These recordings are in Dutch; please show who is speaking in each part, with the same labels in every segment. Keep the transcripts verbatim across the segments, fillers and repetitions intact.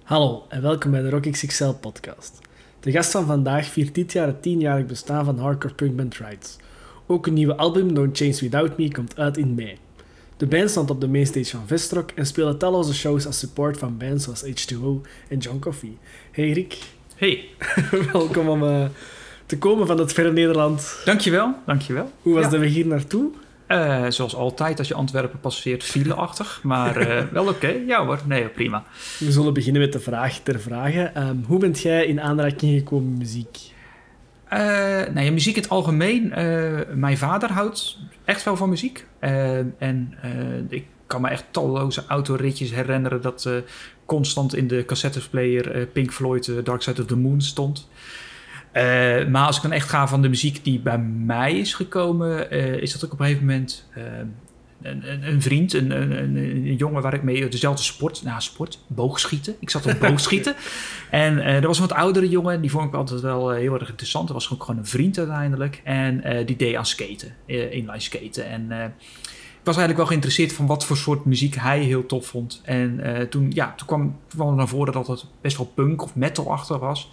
Speaker 1: Hallo en welkom bij de Rock X X L podcast. De gast van vandaag viert dit jaar het tienjarig bestaan van hardcore punkband Rights. Ook een nieuwe album, Don't Change Without Me, komt uit in mei. De band stond op de mainstage van Vestrock en speelde talloze shows als support van bands zoals H twee O en John Coffey. Hey Rick.
Speaker 2: Hey.
Speaker 1: Welkom om uh, te komen van het verre Nederland.
Speaker 2: Dankjewel, dankjewel.
Speaker 1: Hoe was
Speaker 2: ja.
Speaker 1: de weg hier naartoe?
Speaker 2: Uh, zoals altijd, als je Antwerpen passeert, fileachtig. Maar uh, wel oké. Okay. Ja hoor, nee, prima.
Speaker 1: We zullen beginnen met de vraag ter vraag. Um, hoe bent jij in aanraking gekomen met muziek?
Speaker 2: Uh, nou ja, muziek in het algemeen. Uh, mijn vader houdt echt wel van muziek. Uh, en uh, ik kan me echt talloze autoritjes herinneren dat uh, constant in de cassettespeler uh, Pink Floyd uh, Dark Side of the Moon stond. Uh, maar als ik dan echt ga van de muziek die bij mij is gekomen, uh, is dat ook op een gegeven moment uh, een, een, een vriend, een, een, een jongen waar ik mee dezelfde sport, nou sport, boogschieten. Ik zat op boogschieten. En uh, er was een wat oudere jongen, die vond ik altijd wel uh, heel erg interessant. Dat was ook gewoon een vriend uiteindelijk. En uh, die deed aan skaten, uh, inline skaten. En uh, ik was eigenlijk wel geïnteresseerd van wat voor soort muziek hij heel tof vond. En uh, toen, ja, toen kwam, toen kwam er naar voren dat het best wel punk of metal-achtig was.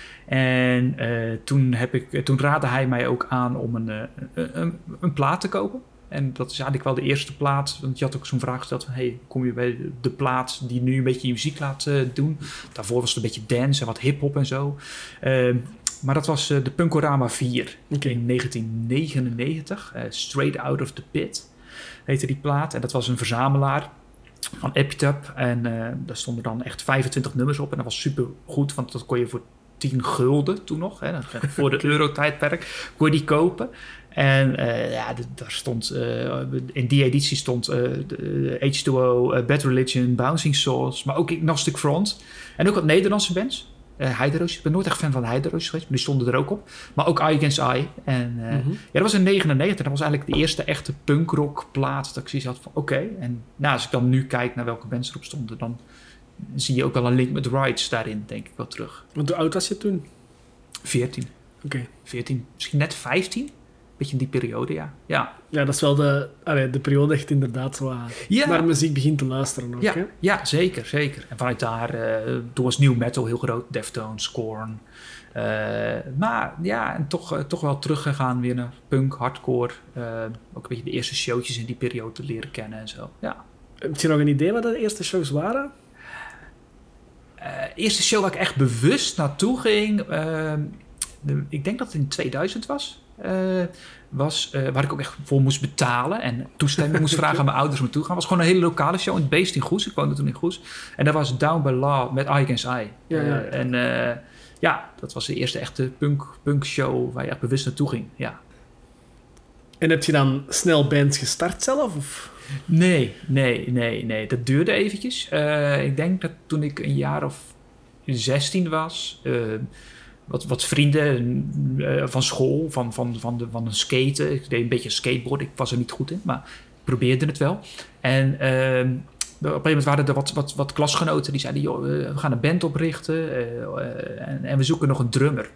Speaker 2: En uh, toen, heb ik, toen raadde hij mij ook aan om een, uh, een, een plaat te kopen. En dat is eigenlijk wel de eerste plaat. Want je had ook zo'n vraag gesteld van... hey, kom je bij de plaat die nu een beetje je muziek laat uh, doen? Daarvoor was het een beetje dance en wat hiphop en zo. Uh, maar dat was uh, de Punkorama vier okay. in negentien negenennegentig. Uh, Straight Out of the Pit heette die plaat. En dat was een verzamelaar van Epitaph. En uh, daar stonden dan echt vijfentwintig nummers op. En dat was super goed, want dat kon je voor tien gulden toen nog, hè, voor de euro-tijdperk, kon je die kopen. En uh, ja, d- daar stond, uh, in die editie stond uh, de H twee O, uh, Bad Religion, Bouncing Souls, maar ook Agnostic Front. En ook wat Nederlandse bands. Uh, Heideroos, ik ben nooit echt fan van Heideroos geweest, maar die stonden er ook op. Maar ook Eye Against Eye. En uh, mm-hmm. ja, dat was in negenennegentig. Dat was eigenlijk de eerste echte punkrock plaat dat ik zoiets had van oké. Okay. En nou, als ik dan nu kijk naar welke bands erop stonden, dan zie je ook wel een link met Rights daarin, denk ik wel terug.
Speaker 1: Want hoe oud was je toen?
Speaker 2: veertien.
Speaker 1: Oké. Okay.
Speaker 2: veertien, misschien net vijftien. Beetje in die periode, ja. Ja,
Speaker 1: ja dat is wel de, allee, de periode echt inderdaad zo aan ja. naar muziek begint te luisteren ook,
Speaker 2: ja,
Speaker 1: hè? Ja,
Speaker 2: zeker, zeker. En vanuit daar, uh, toen was new metal heel groot. Deftones, Korn. Uh, maar ja, en toch, uh, toch wel teruggegaan weer naar punk, hardcore. Uh, ook een beetje de eerste showtjes in die periode te leren kennen en zo, ja.
Speaker 1: Heb je nog een idee wat de eerste shows waren?
Speaker 2: De uh, eerste show waar ik echt bewust naartoe ging, uh, de, ik denk dat het in tweeduizend was, uh, was uh, waar ik ook echt voor moest betalen en toestemming moest vragen aan mijn ouders om naartoe te gaan. Het was gewoon een hele lokale show in het Beest in Goes. Ik woonde toen in Goes. En dat was Down by Law met Eye Against Eye.
Speaker 1: Ja, ja, ja.
Speaker 2: Uh, en uh, ja, dat was de eerste echte punk, punk show waar je echt bewust naartoe ging, ja.
Speaker 1: En heb je dan snel bands gestart zelf? Of?
Speaker 2: Nee, nee, nee, nee. Dat duurde eventjes. Uh, ik denk dat toen ik een jaar of zestien was, uh, wat, wat vrienden uh, van school, van, van, van, de, van een skaten. Ik deed een beetje skateboard. Ik was er niet goed in, maar ik probeerde het wel. En uh, op een gegeven moment waren er wat, wat, wat klasgenoten die zeiden, joh, we gaan een band oprichten uh, uh, en, en we zoeken nog een drummer.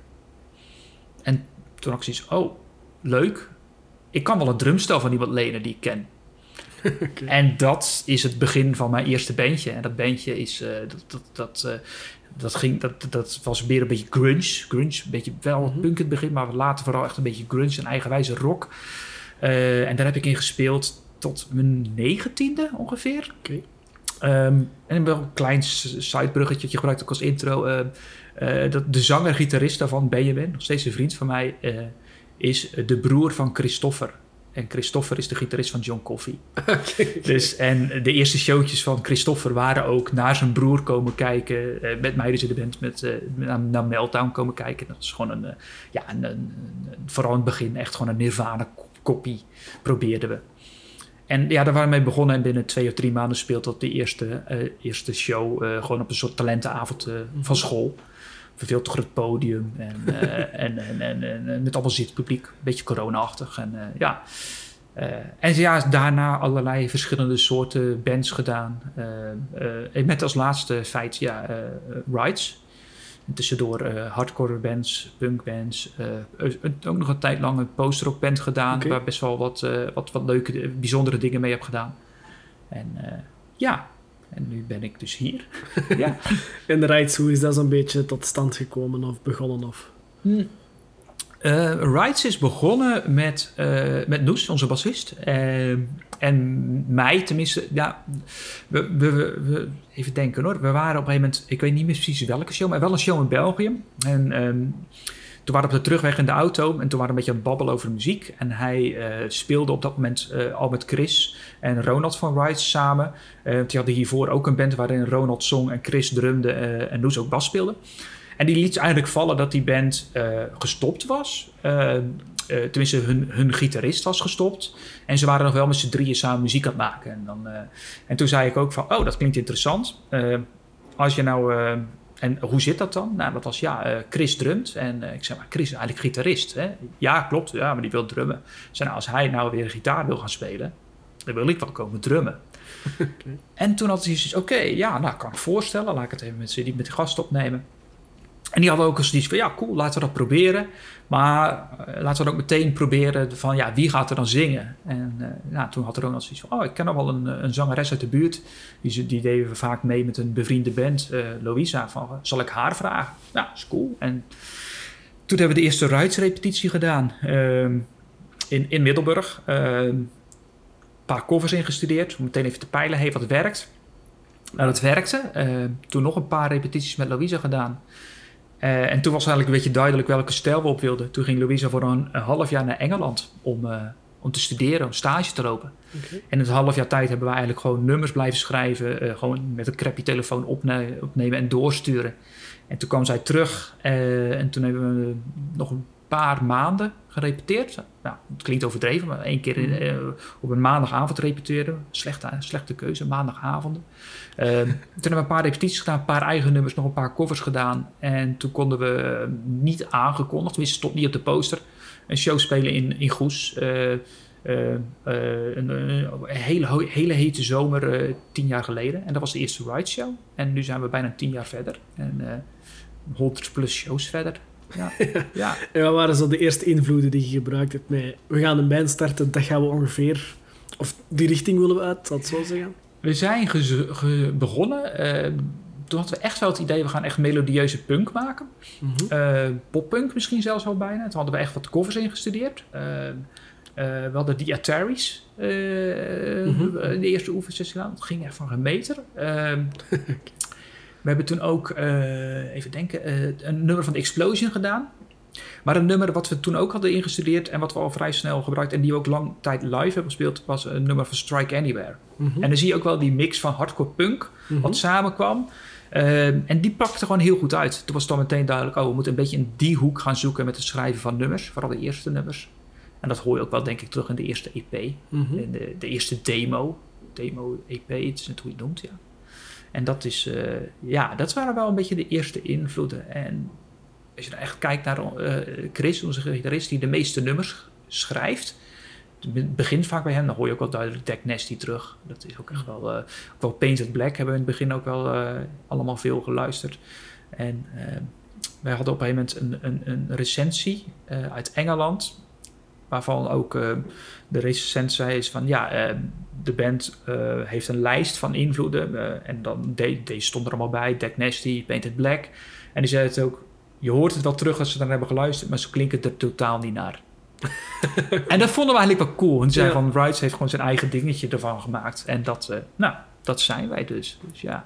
Speaker 2: En toen had ik zoiets, oh, leuk. Ik kan wel een drumstel van iemand lenen die ik ken. Okay. En dat is het begin van mijn eerste bandje. En dat bandje is, uh, dat, dat, dat, uh, dat, ging, dat, dat was meer een beetje grunge. Grunge, een beetje wel mm-hmm. punk in het begin, maar later vooral echt een beetje grunge en eigenwijze rock. Uh, en daar heb ik in gespeeld tot mijn negentiende ongeveer.
Speaker 1: Okay.
Speaker 2: Um, en wel een klein sidebruggetje, dat je gebruikt ook als intro. Uh, uh, dat de zanger-gitarist daarvan, Benjamin, nog steeds een vriend van mij, uh, is de broer van Christoffer. En Christoffer is de gitarist van John Coffey.
Speaker 1: Okay.
Speaker 2: Dus, en de eerste showtjes van Christoffer waren ook naar zijn broer komen kijken. Uh, met mij dus in de band met, uh, naar, naar Meltdown komen kijken. Dat is gewoon een, uh, ja, een, een, een, vooral in het begin echt gewoon een Nirvana-kopie probeerden we. En ja, daar waren we mee begonnen en binnen twee of drie maanden speelde dat de eerste, uh, eerste show uh, gewoon op een soort talentenavond uh, van school. Een veel te groot podium en, uh, en, en, en, en met allemaal zitpubliek. Een beetje corona-achtig. En, uh, ja. uh, en ja, daarna allerlei verschillende soorten bands gedaan. Uh, uh, met als laatste feit, ja, uh, Rights. En tussendoor uh, hardcore bands, punkbands. Uh, ook nog een tijd lang een post-rock band gedaan. Okay. Waar best wel wat, uh, wat, wat leuke, bijzondere dingen mee heb gedaan. En uh, ja... En nu ben ik dus hier. Ja.
Speaker 1: En Rights, hoe is dat zo'n beetje tot stand gekomen of begonnen? Of?
Speaker 2: Hm. Uh, Rights is begonnen met, uh, met Noes, onze bassist. Uh, en mij tenminste. Ja, we, we, we, even denken hoor. We waren op een gegeven moment, ik weet niet meer precies welke show, maar wel een show in België. En um, toen waren we op de terugweg in de auto en toen waren we een beetje aan het babbelen over muziek. En hij uh, speelde op dat moment uh, al met Chris en Ronald van Rights samen. Uh, die hadden hiervoor ook een band waarin Ronald zong en Chris drumde uh, en Noes ook bas speelde. En die liet eigenlijk vallen dat die band uh, gestopt was. Uh, uh, tenminste, hun, hun gitarist was gestopt. En ze waren nog wel met z'n drieën samen muziek aan het maken. En, dan, uh, en toen zei ik ook van, oh, dat klinkt interessant. Uh, als je nou... Uh, en hoe zit dat dan? Nou, dat was, ja, uh, Chris drumt. En uh, ik zei, maar Chris is eigenlijk gitarist, hè? Ja, klopt. Ja, maar die wil drummen. Ik zei, nou, als hij nou weer gitaar wil gaan spelen, dan wil ik wel komen drummen. Okay. En toen had hij zoiets, oké, okay, ja, nou, kan ik met Laat ik het even met, die, met de gast opnemen. En die hadden ook eens iets van, ja, cool, laten we dat proberen. Maar uh, laten we ook meteen proberen van, ja, wie gaat er dan zingen? En uh, nou, toen had Ronald zoiets van, oh, ik ken nog wel een, een zangeres uit de buurt. Die, die deden we vaak mee met een bevriende band, uh, Louisa. Van, zal ik haar vragen? Ja, is cool. En toen hebben we de eerste Rights-repetitie gedaan uh, in, in Middelburg. Uh, een paar covers ingestudeerd, om meteen even te peilen, hey, wat werkt? Nou, dat werkte. Uh, toen nog een paar repetities met Louisa gedaan. Uh, en toen was eigenlijk een beetje duidelijk welke stijl we op wilden. Toen ging Louisa voor een, een half jaar naar Engeland om, uh, om te studeren, om stage te lopen. Okay. En in het half jaar tijd hebben we eigenlijk gewoon nummers blijven schrijven. Uh, gewoon met een crappy telefoon opne- opnemen en doorsturen. En toen kwam zij terug uh, en toen hebben we nog een paar maanden gerepeteerd. Nou, het klinkt overdreven, maar één keer in, uh, op een maandagavond repeteren. Slechte, slechte keuze, maandagavonden. Uh, toen hebben we een paar repetities gedaan, een paar eigen nummers, nog een paar covers gedaan. En toen konden we niet aangekondigd, tenminste stond niet op de poster, een show spelen in, in Goes. Uh, uh, uh, een, een hele, hele hete zomer, uh, tien jaar geleden. En dat was de eerste Rights show. En nu zijn we bijna tien jaar verder. En uh, honderd plus shows verder. Ja. Ja.
Speaker 1: En wat waren zo de eerste invloeden die je gebruikt hebt? Nee, we gaan een band starten, dat gaan we ongeveer... Of die richting willen we uit, zal het zo zeggen?
Speaker 2: We zijn ge- ge- begonnen. Uh, toen hadden we echt wel het idee, we gaan echt melodieuze punk maken. Mm-hmm. Uh, poppunk misschien zelfs wel bijna. Toen hadden we echt wat covers ingestudeerd. Uh, uh, we hadden die Ataris uh, mm-hmm. in de eerste oefensessie gedaan. Dat ging echt van gemeter. Uh, We hebben toen ook, uh, even denken, uh, een nummer van The Explosion gedaan. Maar een nummer wat we toen ook hadden ingestudeerd en wat we al vrij snel gebruikt en die we ook lang tijd live hebben gespeeld, was een nummer van Strike Anywhere. Mm-hmm. En dan zie je ook wel die mix van hardcore punk, mm-hmm. wat samenkwam. Uh, en die pakte gewoon heel goed uit. Toen was het dan meteen duidelijk, oh, we moeten een beetje in die hoek gaan zoeken met het schrijven van nummers, vooral de eerste nummers. En dat hoor je ook wel, denk ik, terug in de eerste E P. Mm-hmm. In de, de eerste demo. Demo E P, het is net hoe je het noemt, ja. En dat is, uh, ja, dat waren wel een beetje de eerste invloeden. En als je dan echt kijkt naar uh, Chris, onze gitarist, die de meeste nummers schrijft. Het begint vaak bij hem, dan hoor je ook wel duidelijk Deck Nasty terug. Dat is ook echt wel, uh, ook wel Painted Black hebben we in het begin ook wel uh, allemaal veel geluisterd. En uh, wij hadden op een gegeven moment een, een, een recensie uh, uit Engeland, waarvan ook uh, de recensent zei is van ja, uh, de band uh, heeft een lijst van invloeden. Uh, en dan de, deze stond er allemaal bij, Deck Nasty, Painted Black. En die zei het ook, je hoort het wel terug als ze dan hebben geluisterd, maar ze klinken er totaal niet naar. En dat vonden we eigenlijk wel cool. En die zei ja. van Rights heeft gewoon zijn eigen dingetje ervan gemaakt. En dat, uh, nou, dat zijn wij dus. Dus ja.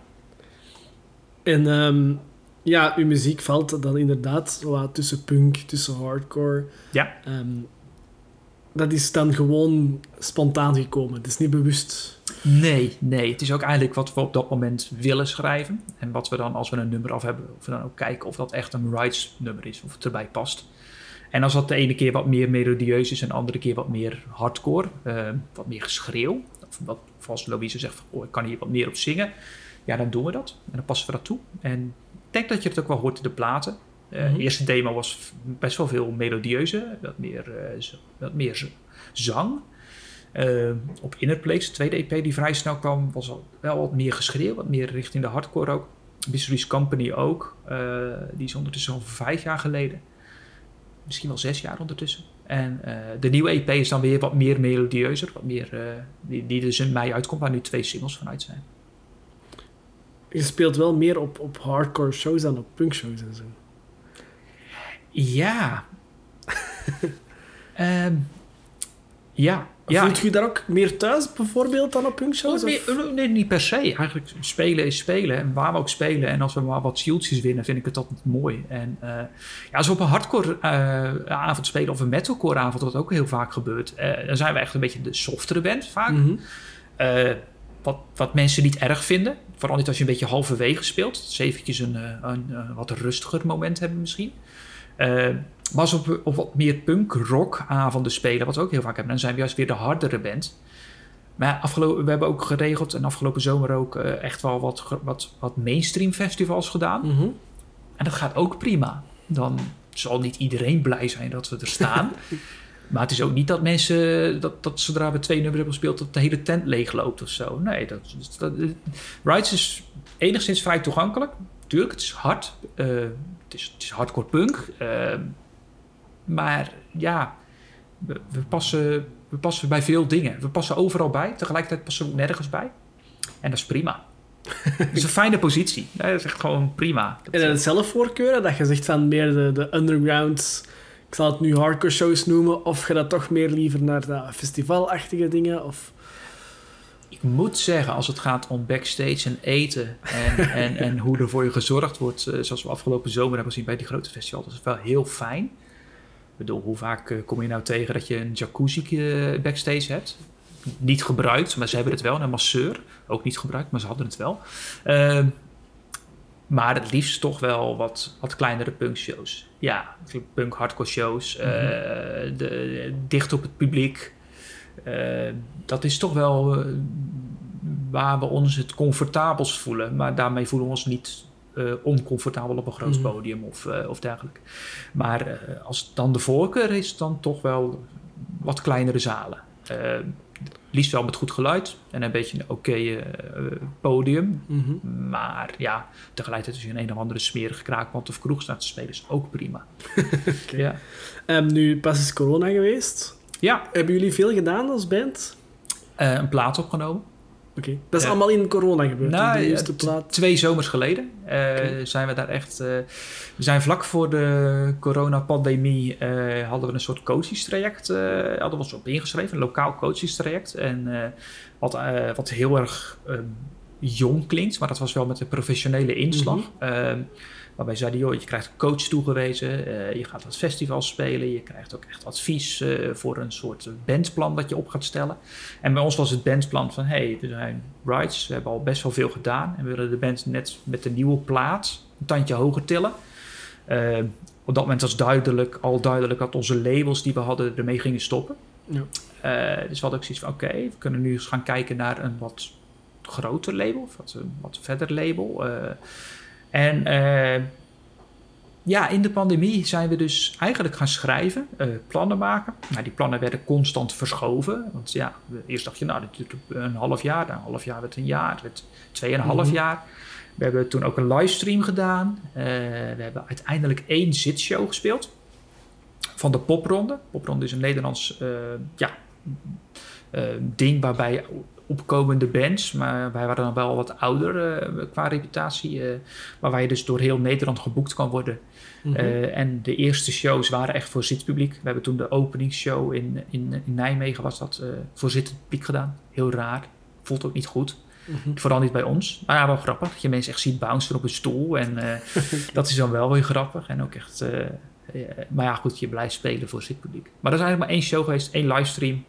Speaker 1: En um, ja, uw muziek valt dan inderdaad wat tussen punk, tussen hardcore.
Speaker 2: Ja.
Speaker 1: Um, dat is dan gewoon spontaan gekomen. Het is niet bewust.
Speaker 2: Nee, nee. Het is ook eigenlijk wat we op dat moment willen schrijven. En wat we dan, als we een nummer af hebben, of we dan ook kijken of dat echt een Rights nummer is, of het erbij past. En als dat de ene keer wat meer melodieus is en de andere keer wat meer hardcore, uh, wat meer geschreeuw, of wat, als Louise zegt, oh, ik kan hier wat meer op zingen, ja, dan doen we dat. En dan passen we dat toe. En ik denk dat je het ook wel hoort in de platen. Uh, mm-hmm. De eerste demo was best wel veel melodieuze, wat meer, uh, wat meer zang. Uh, op Inner Place, de tweede E P die vrij snel kwam, was al wel wat meer geschreeuw, wat meer richting de hardcore ook. Misery's Company ook, uh, die is ondertussen al vijf jaar geleden. Misschien wel zes jaar ondertussen. En uh, de nieuwe E P is dan weer wat meer melodieuzer, wat meer, uh, die, die dus in mei uitkomt, waar nu twee singles vanuit zijn.
Speaker 1: je speelt wel meer op, op hardcore shows dan op punkshows en zo.
Speaker 2: Ja. um, ja. Ja.
Speaker 1: Voelt je daar ook meer thuis bijvoorbeeld dan op punkshows?
Speaker 2: Oh, nee, nee, niet per se. Eigenlijk spelen is spelen. En waar we ook spelen. En als we maar wat zieltjes winnen, vind ik het altijd mooi. En uh, ja, als we op een hardcore uh, avond spelen of een metalcore avond, wat ook heel vaak gebeurt, uh, dan zijn we echt een beetje de softere band vaak. Mm-hmm. Uh, wat, wat mensen niet erg vinden. Vooral niet als je een beetje halverwege speelt. Dat is eventjes een, een, een, een wat rustiger moment hebben misschien. Uh, maar als we op, op wat meer punk-rock avonden spelen, wat we ook heel vaak hebben, dan zijn we juist weer de hardere band. Maar afgelopen, we hebben ook geregeld en afgelopen zomer ook uh, echt wel wat, wat, wat mainstream festivals gedaan.
Speaker 1: Mm-hmm.
Speaker 2: En dat gaat ook prima. Dan zal niet iedereen blij zijn dat we er staan. Maar het is ook niet dat mensen, dat, dat zodra we twee nummers hebben gespeeld, dat de hele tent leeg loopt of zo. Nee, dat, dat, Rides is enigszins vrij toegankelijk. Tuurlijk, het is hard. Uh, het, is, het is hardcore punk. Uh, maar ja, we, we, passen, we passen bij veel dingen. We passen overal bij. Tegelijkertijd passen we ook nergens bij. En dat is prima. Het is een fijne positie. Nee, dat is echt gewoon prima.
Speaker 1: Dat, en dan het zelf voorkeuren? Dat je zegt van meer de, de underground, ik zal het nu hardcore shows noemen, of ga dat toch meer liever naar de festivalachtige dingen? Of...
Speaker 2: Ik moet zeggen, als het gaat om backstage en eten en, en, en hoe er voor je gezorgd wordt, zoals we afgelopen zomer hebben gezien bij die grote festivals, dat is wel heel fijn. Ik bedoel, hoe vaak uh, kom je nou tegen dat je een jacuzzi uh, backstage hebt? Niet gebruikt, maar ze hebben het wel. En een masseur, ook niet gebruikt, maar ze hadden het wel. Uh, maar het liefst toch wel wat, wat kleinere punkshows. Ja, punk hardcore shows. Mm-hmm. Uh, de, dicht op het publiek. Uh, dat is toch wel uh, waar we ons het comfortabelst voelen. Maar daarmee voelen we ons niet uh, oncomfortabel op een groot mm-hmm. podium of, uh, of dergelijke. Maar uh, als dan de voorkeur is, dan toch wel wat kleinere zalen. Uh, liefst wel met goed geluid en een beetje een oké okay, uh, podium. Mm-hmm. Maar ja, tegelijkertijd als je een een of andere smerige kraakband of kroeg staat te spelen, is ook prima.
Speaker 1: Okay. Ja. Um, nu, pas is corona geweest.
Speaker 2: Ja.
Speaker 1: Hebben jullie veel gedaan als band?
Speaker 2: Uh, een plaat opgenomen.
Speaker 1: Oké. Okay. Dat is uh, allemaal in corona gebeurd?
Speaker 2: Nou,
Speaker 1: de
Speaker 2: eerste plaat. Twee zomers geleden uh, okay. zijn we daar echt... Uh, we zijn vlak voor de coronapandemie uh, hadden we een soort coachingstraject. Uh, hadden we ons op ingeschreven, een lokaal coachingstraject. En uh, wat, uh, wat heel erg uh, jong klinkt, maar dat was wel met een professionele inslag. Mm-hmm. Uh, Waarbij ze zeiden, joh, je krijgt een coach toegewezen, uh, je gaat wat festivals spelen, je krijgt ook echt advies uh, voor een soort bandplan dat je op gaat stellen. En bij ons was het bandplan van, hey, we zijn Rides, we hebben al best wel veel gedaan en we willen de band net met de nieuwe plaat een tandje hoger tillen. Uh, op dat moment was duidelijk, al duidelijk dat onze labels die we hadden ermee gingen stoppen. Ja. Uh, dus we hadden ook zoiets van, oké, okay, we kunnen nu eens gaan kijken naar een wat groter label, of wat, een wat verder label. Uh, En uh, ja, in de pandemie zijn we dus eigenlijk gaan schrijven, uh, plannen maken. Nou, die plannen werden constant verschoven. Want ja, eerst dacht je, nou, dit duurt een half jaar. Nou, een half jaar werd een jaar, het werd tweeënhalf mm-hmm. jaar. We hebben toen ook een livestream gedaan. Uh, we hebben uiteindelijk één zitshow gespeeld van de Popronde. Popronde is een Nederlands uh, ja, uh, ding waarbij opkomende bands, maar wij waren dan wel wat ouder uh, qua reputatie, uh, maar waar je dus door heel Nederland geboekt kan worden. Mm-hmm. Uh, en de eerste shows waren echt voor zitpubliek. We hebben toen de openingsshow in, in, in Nijmegen was dat uh, voor zittend publiek gedaan. Heel raar. Voelt ook niet goed. Mm-hmm. Vooral niet bij ons. Maar ja, wel grappig. Dat je mensen echt ziet bouncen op een stoel. En uh, dat is dan wel weer grappig. En ook echt... Uh, uh, maar ja, goed, je blijft spelen voor zitpubliek. Maar er is eigenlijk maar één show geweest, één livestream.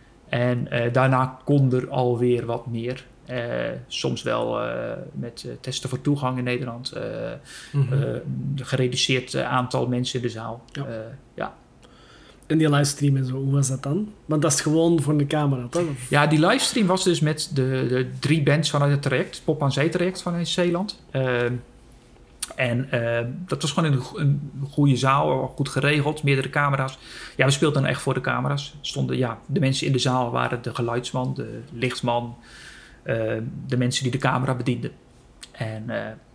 Speaker 2: En uh, daarna kon er alweer wat meer. Uh, soms wel uh, met uh, testen voor toegang in Nederland. Uh, mm-hmm. uh, gereduceerd uh, aantal mensen in de zaal. Ja. Uh, ja.
Speaker 1: En die livestream en zo, hoe was dat dan? Want dat is gewoon voor de camera, toch?
Speaker 2: Ja, die livestream was dus met de, de drie bands vanuit het traject. Pop aan Zee traject vanuit Zeeland. Uh, En uh, dat was gewoon een, een goede zaal, goed geregeld, meerdere camera's. Ja, we speelden dan echt voor de camera's. Stonden, ja, de mensen in de zaal waren de geluidsman, de lichtman, uh, de mensen die de camera bedienden. En uh,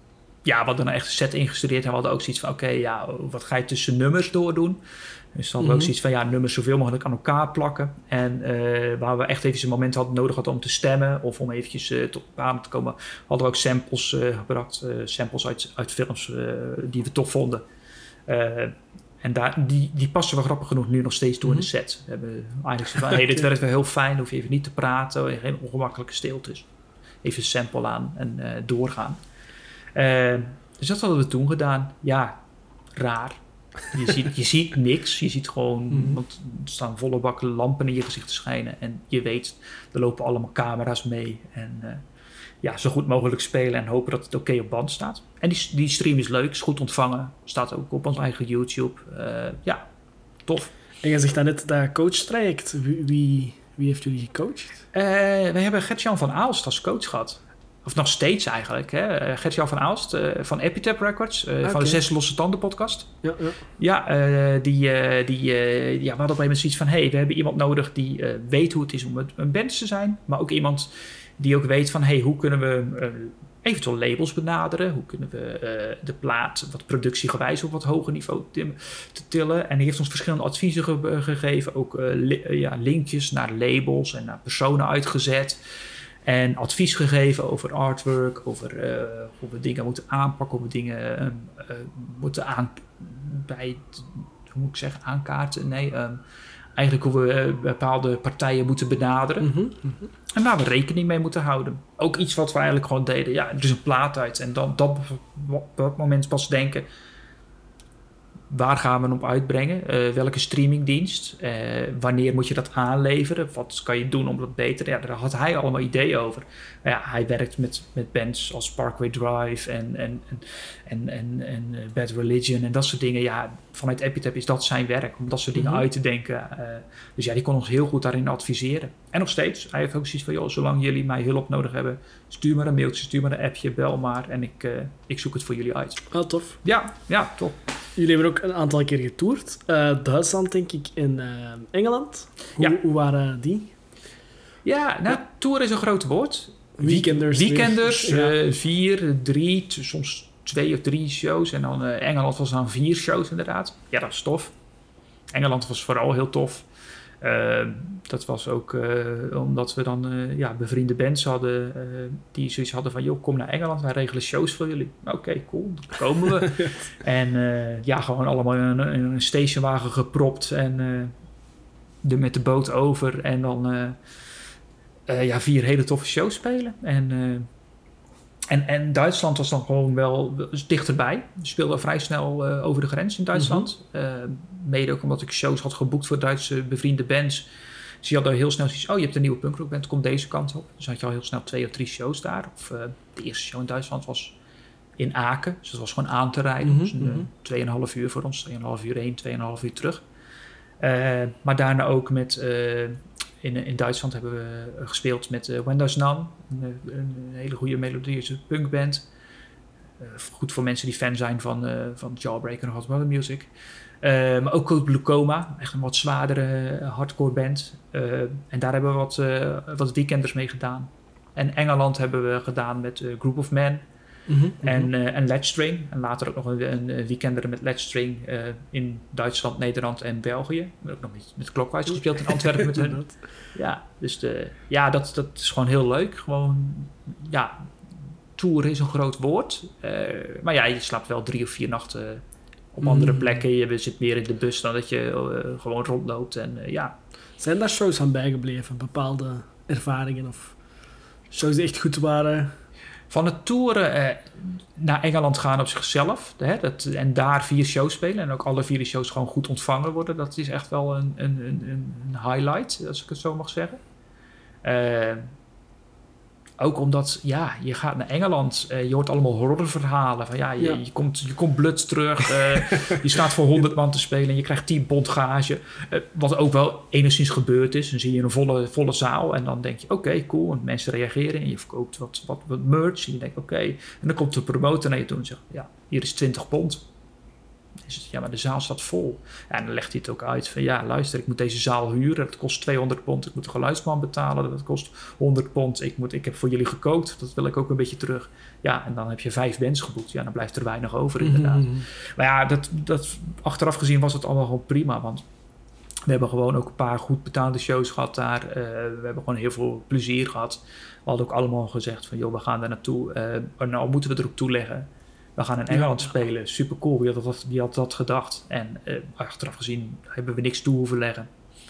Speaker 2: ja, we hadden een echt set ingestudeerd en we hadden ook zoiets van, oké, okay, ja, wat ga je tussen nummers doordoen? Dus dan hadden we
Speaker 1: Mm-hmm.
Speaker 2: ook zoiets van, ja, nummers zoveel mogelijk aan elkaar plakken. En uh, waar we echt even een moment hadden nodig hadden om te stemmen of om eventjes uh, tot bepalen te komen, hadden we ook samples uh, gebracht, uh, samples uit, uit films uh, die we tof vonden. Uh, en daar, die, die passen we grappig genoeg nu nog steeds toe mm-hmm. in de set. We hebben eigenlijk van, hey, dit werkt wel heel fijn, hoef je even niet te praten, geen ongemakkelijke stiltes. Even een sample aan en uh, doorgaan. Uh, dus dat hadden we toen gedaan. Ja, raar. Je ziet, je ziet niks. Je ziet gewoon... Mm-hmm. Want er staan volle bakken lampen in je gezicht te schijnen. En je weet, er lopen allemaal camera's mee. En uh, ja, zo goed mogelijk spelen en hopen dat het oké okay op band staat. En die, die stream is leuk, is goed ontvangen. Staat ook op ons eigen YouTube. Uh, ja, tof.
Speaker 1: En je zegt dan net dat coach-traject. Wie, wie, wie heeft jullie gecoacht?
Speaker 2: Uh, we hebben Gert-Jan van Aalst als coach gehad. Of nog steeds eigenlijk. Hè? Gert-Jan van Aalst uh, van Epitap Records. Uh, okay. Van de Zes Losse Tanden podcast.
Speaker 1: Ja, ja.
Speaker 2: ja uh, die, uh, die, uh, ja, we hadden op een gegeven moment zoiets van... hey, we hebben iemand nodig die uh, weet hoe het is om een band te zijn. Maar ook iemand die ook weet van... hey, hoe kunnen we uh, eventueel labels benaderen? Hoe kunnen we uh, de plaat wat productiegewijs op wat hoger niveau te, te tillen? En die heeft ons verschillende adviezen ge- gegeven. Ook uh, li- uh, ja, linkjes naar labels en naar personen uitgezet... En advies gegeven over artwork, over uh, hoe we dingen moeten aanpakken, hoe we dingen um, uh, moeten aan, bij, hoe moet ik zeggen, aankaarten. Nee, um, eigenlijk hoe we uh, bepaalde partijen moeten benaderen.
Speaker 1: Mm-hmm, mm-hmm.
Speaker 2: En waar we rekening mee moeten houden. Ook iets wat we eigenlijk gewoon deden. Ja, er is een plaat uit. En dan dat, op dat moment pas denken... Waar gaan we hem op uitbrengen? Uh, welke streamingdienst? Uh, wanneer moet je dat aanleveren? Wat kan je doen om dat beter? Ja, daar had hij allemaal ideeën over. Ja, hij werkt met, met bands als Parkway Drive en, en, en, en, en, en uh, Bad Religion en dat soort dingen. Ja, vanuit Epitap is dat zijn werk om dat soort dingen mm-hmm. uit te denken. Uh, dus ja, die kon ons heel goed daarin adviseren. En nog steeds. Hij heeft ook zoiets van, joh, zolang jullie mij hulp nodig hebben, stuur maar een mailtje, stuur maar een appje, bel maar en ik, uh, ik zoek het voor jullie uit.
Speaker 1: Oh, tof.
Speaker 2: Ja, ja, tof.
Speaker 1: Jullie hebben ook een aantal keer getoerd. Uh, Duitsland, denk ik, en uh, Engeland. Hoe,
Speaker 2: ja.
Speaker 1: hoe waren die?
Speaker 2: Ja, nou, ja. Tour is een groot woord.
Speaker 1: Weekenders.
Speaker 2: Weekenders,
Speaker 1: ja.
Speaker 2: uh, vier, drie, t- soms twee of drie shows. En dan uh, Engeland was dan vier shows inderdaad. Ja, dat is tof. Engeland was vooral heel tof. Uh, dat was ook uh, omdat we dan uh, ja, bevriende bands hadden uh, die zoiets hadden van, joh, kom naar Engeland, wij regelen shows voor jullie. Oké, okay, cool, dan komen we. En uh, ja, gewoon allemaal in een, in een stationwagen gepropt en uh, de, met de boot over en dan uh, uh, ja, vier hele toffe shows spelen. En, uh, en, en Duitsland was dan gewoon wel dichterbij. We speelden vrij snel uh, over de grens in Duitsland. Mm-hmm. Uh, mede ook omdat ik shows had geboekt voor Duitse bevriende bands. Dus die hadden heel snel zoiets, oh, je hebt een nieuwe punkrockband, kom deze kant op. Dus had je al heel snel twee of drie shows daar. Of uh, de eerste show in Duitsland was in Aken. Dus dat was gewoon aan te rijden.
Speaker 1: Mm-hmm.
Speaker 2: Dus een uh, tweeënhalf uur voor ons. tweeënhalf uur heen, tweeënhalf uur terug. Uh, maar daarna ook met... Uh, In, in Duitsland hebben we gespeeld met uh, When There's None. Een, een hele goede melodieuze punkband. Uh, goed voor mensen die fan zijn van, uh, van Jawbreaker en Hot Mother Music. Uh, maar ook Code Blue Coma. Echt een wat zwaardere uh, hardcore band. Uh, en daar hebben we wat, uh, wat weekenders mee gedaan. En Engeland hebben we gedaan met uh, Group of Men.
Speaker 1: Mm-hmm,
Speaker 2: en,
Speaker 1: mm-hmm.
Speaker 2: uh, en Ledstring. En later ook nog een, een weekender met Ledstring uh, in Duitsland, Nederland en België. We hebben ook nog met, met Clockwise gespeeld in Antwerpen met hun. Ja, dus de, ja, dat, dat is gewoon heel leuk. Gewoon, ja, tour is een groot woord. Uh, maar ja, je slaapt wel drie of vier nachten op andere mm. plekken. Je zit meer in de bus dan dat je uh, gewoon rondloopt. En, uh, ja.
Speaker 1: Zijn daar shows aan bijgebleven? Bepaalde ervaringen of shows die echt goed waren?
Speaker 2: Van het toeren uh, naar Engeland gaan op zichzelf. Hè, dat, en daar vier shows spelen. En ook alle vier die shows gewoon goed ontvangen worden. Dat is echt wel een, een, een, een highlight, als ik het zo mag zeggen. Uh, ook omdat, ja, je gaat naar Engeland. Uh, je hoort allemaal horrorverhalen. Van, ja, je, ja. je, komt, je komt bluts terug. Uh, je staat voor honderd man te spelen. En je krijgt tien pond gage. Uh, wat ook wel enigszins gebeurd is. Dan zie je een volle, volle zaal. En dan denk je, oké, okay, cool. Want mensen reageren. En je verkoopt wat, wat, wat merch. En je denkt, oké. Okay. En dan komt de promotor naar je toe en zegt, ja, hier is twintig pond. Is het, ja, maar de zaal staat vol. Ja, en dan legt hij het ook uit van ja, luister, ik moet deze zaal huren. Dat kost tweehonderd pond. Ik moet de geluidsman betalen. Dat kost honderd pond. Ik, moet, ik heb voor jullie gekookt. Dat wil ik ook een beetje terug. Ja, en dan heb je vijf bands geboekt. Ja, dan blijft er weinig over inderdaad. Mm-hmm. Maar ja, dat, dat, achteraf gezien was het allemaal gewoon prima. Want we hebben gewoon ook een paar goed betaalde shows gehad daar. Uh, we hebben gewoon heel veel plezier gehad. We hadden ook allemaal gezegd van joh, we gaan daar naartoe. Uh, nou moeten we er ook toeleggen. We gaan in Engeland ja. spelen. Super cool. Wie had dat, wie had dat gedacht? En uh, achteraf gezien hebben we niks toe hoeven leggen.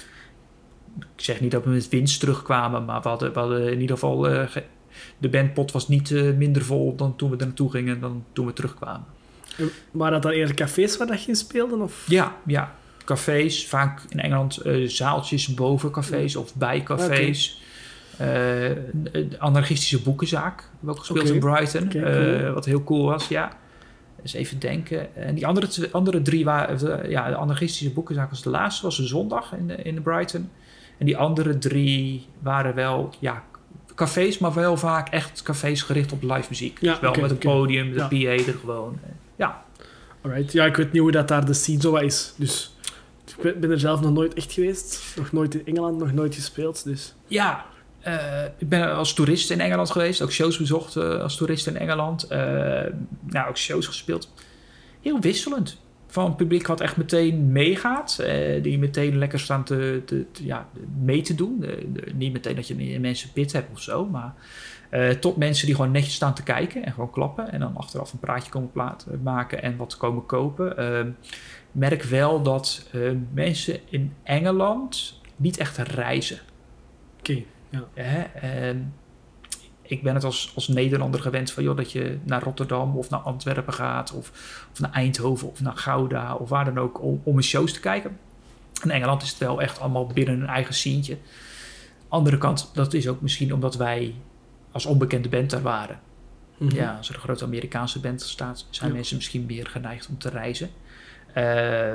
Speaker 2: Ik zeg niet dat we met winst terugkwamen, maar we hadden, we hadden in ieder geval... Uh, ge- de bandpot was niet uh, minder vol dan toen we er naartoe gingen dan toen we terugkwamen.
Speaker 1: Waren dat dan eerder cafés waar dat je in speelde? Of?
Speaker 2: Ja, ja. Cafés. Vaak in Engeland uh, zaaltjes boven cafés of bij cafés. Okay. Uh, de anarchistische boekenzaak. We hebben ook gespeeld okay. in Brighton. Okay, cool. uh, wat heel cool was, ja. Dus even denken. En die andere, t- andere drie waren... Ja, de anarchistische boekenzaak was de laatste. Was een zondag in, in Brighton. En die andere drie waren wel... Ja, cafés, maar wel vaak echt cafés gericht op live muziek. Ja, dus wel okay, met een okay. podium, de ja. P A er gewoon. Ja.
Speaker 1: Alright. Ja, ik weet niet hoe dat daar de scene zo is. Dus ik ben er zelf nog nooit echt geweest. Nog nooit in Engeland, nog nooit gespeeld. Dus.
Speaker 2: Ja, uh, ik ben als toerist in Engeland geweest. Ook shows bezocht uh, als toerist in Engeland. Uh, nou, ook shows gespeeld. Heel wisselend. Van het publiek wat echt meteen meegaat. Uh, die meteen lekker staan te, te, te, ja, mee te doen. De, de, niet meteen dat je mensen pit hebt of zo. Maar uh, tot mensen die gewoon netjes staan te kijken. En gewoon klappen. En dan achteraf een praatje komen plaat, maken. En wat komen kopen. Uh, merk wel dat uh, mensen in Engeland niet echt reizen.
Speaker 1: Oké, okay, ja.
Speaker 2: Uh, uh, Ik ben het als, als Nederlander gewend van joh, dat je naar Rotterdam of naar Antwerpen gaat of, of naar Eindhoven of naar Gouda of waar dan ook om, om een shows te kijken. In Engeland is het wel echt allemaal binnen een eigen scientje. Andere kant, dat is ook misschien omdat wij als onbekende band daar waren. Mm-hmm. Ja, als er een grote Amerikaanse band staat, zijn ja. mensen misschien meer geneigd om te reizen. Uh,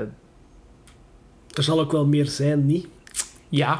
Speaker 1: er zal ook wel meer zijn, niet?
Speaker 2: Ja.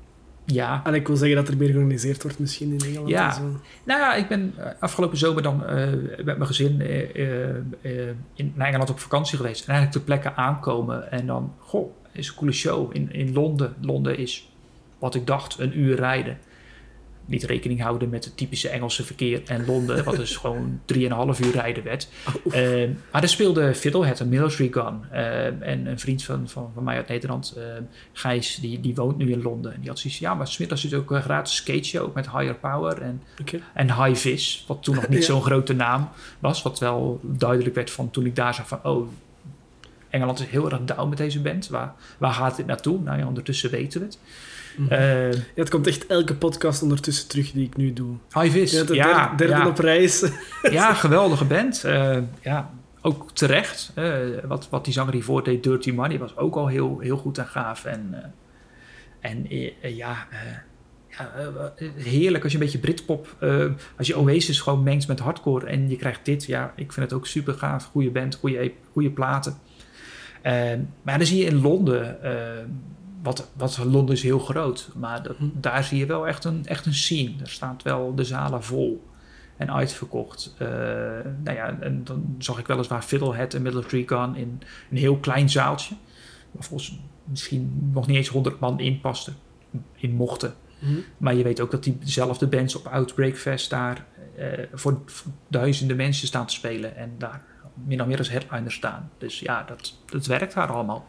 Speaker 2: Ja.
Speaker 1: En ik wil zeggen dat er meer georganiseerd wordt misschien in Engeland.
Speaker 2: Ja.
Speaker 1: En zo.
Speaker 2: Nou ja, ik ben afgelopen zomer dan uh, met mijn gezin uh, uh, in, naar Engeland op vakantie geweest. En eigenlijk ter plekke aankomen. En dan, goh, is een coole show in, in Londen. Londen is, wat ik dacht, een uur rijden. Niet rekening houden met het typische Engelse verkeer en Londen, wat dus gewoon drieënhalf uur rijden werd. Oh, uh, maar er speelde Fiddlehead, een military gun. Uh, en een vriend van, van, van mij uit Nederland, uh, Gijs, die, die woont nu in Londen. En die had zoiets ja, maar 's middags is ook een gratis skateshow met Higher Power en, okay. en High Vis, wat toen nog niet ja. zo'n grote naam was. Wat wel duidelijk werd van toen ik daar zag van, oh, Engeland is heel erg down met deze band. Waar, waar gaat dit naartoe? Nou ja, ondertussen weten we het.
Speaker 1: Mm-hmm. Uh, ja, het komt echt elke podcast ondertussen terug die ik nu doe.
Speaker 2: High Vis,
Speaker 1: ja. De
Speaker 2: ja,
Speaker 1: derde, derde
Speaker 2: ja.
Speaker 1: op reis.
Speaker 2: Ja, geweldige band. Uh, ja, ook terecht. Uh, wat, wat die zanger hiervoor deed, Dirty Money, was ook al heel, heel goed en gaaf. En, uh, en uh, ja, uh, ja uh, heerlijk als je een beetje Britpop... Uh, als je Oasis gewoon mengt met hardcore en je krijgt dit. Ja, ik vind het ook super gaaf. Goede band, goede, goede platen. Uh, maar dan zie je in Londen... Uh, Wat, wat Londen is heel groot, maar dat, hm. daar zie je wel echt een, echt een scene. Er staat wel de zalen vol en uitverkocht. Uh, nou ja, en dan zag ik weliswaar Fiddlehead en Military Gun in een heel klein zaaltje. Waar volgens misschien nog niet eens honderd man in paste, in mochten. Hm. Maar je weet ook dat diezelfde bands op Outbreak Fest daar uh, voor, voor duizenden mensen staan te spelen. En daar min of meer als headliner staan. Dus ja, dat, dat werkt daar allemaal.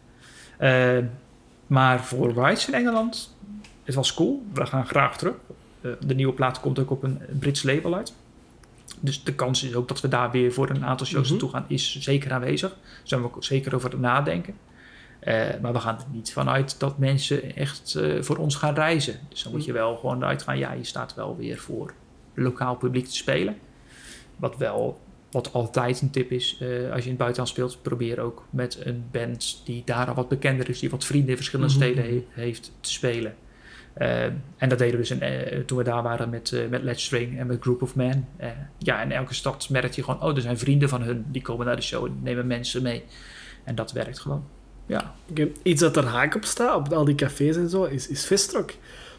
Speaker 2: Uh, Maar voor Rides in Engeland, het was cool. We gaan graag terug. Uh, de nieuwe plaat komt ook op een Brits label uit. Dus de kans is ook dat we daar weer voor een aantal shows naartoe mm-hmm. gaan, is zeker aanwezig. Daar zijn we ook zeker over het nadenken. Uh, maar we gaan er niet vanuit dat mensen echt uh, voor ons gaan reizen. Dus dan moet je wel gewoon uitgaan, ja, je staat wel weer voor lokaal publiek te spelen. Wat wel... Wat altijd een tip is, uh, als je in het buitenland speelt, probeer ook met een band die daar al wat bekender is, die wat vrienden in verschillende mm-hmm. steden he- heeft, te spelen. Uh, en dat deden we dus in, uh, toen we daar waren met, uh, met Let's String en met Group of Men. Uh, ja, in elke stad merk je gewoon, oh, er zijn vrienden van hun, die komen naar de show en nemen mensen mee. En dat werkt gewoon. Ja.
Speaker 1: Okay. Iets dat er haak op staat, op al die cafés en zo, is, is Vistrock.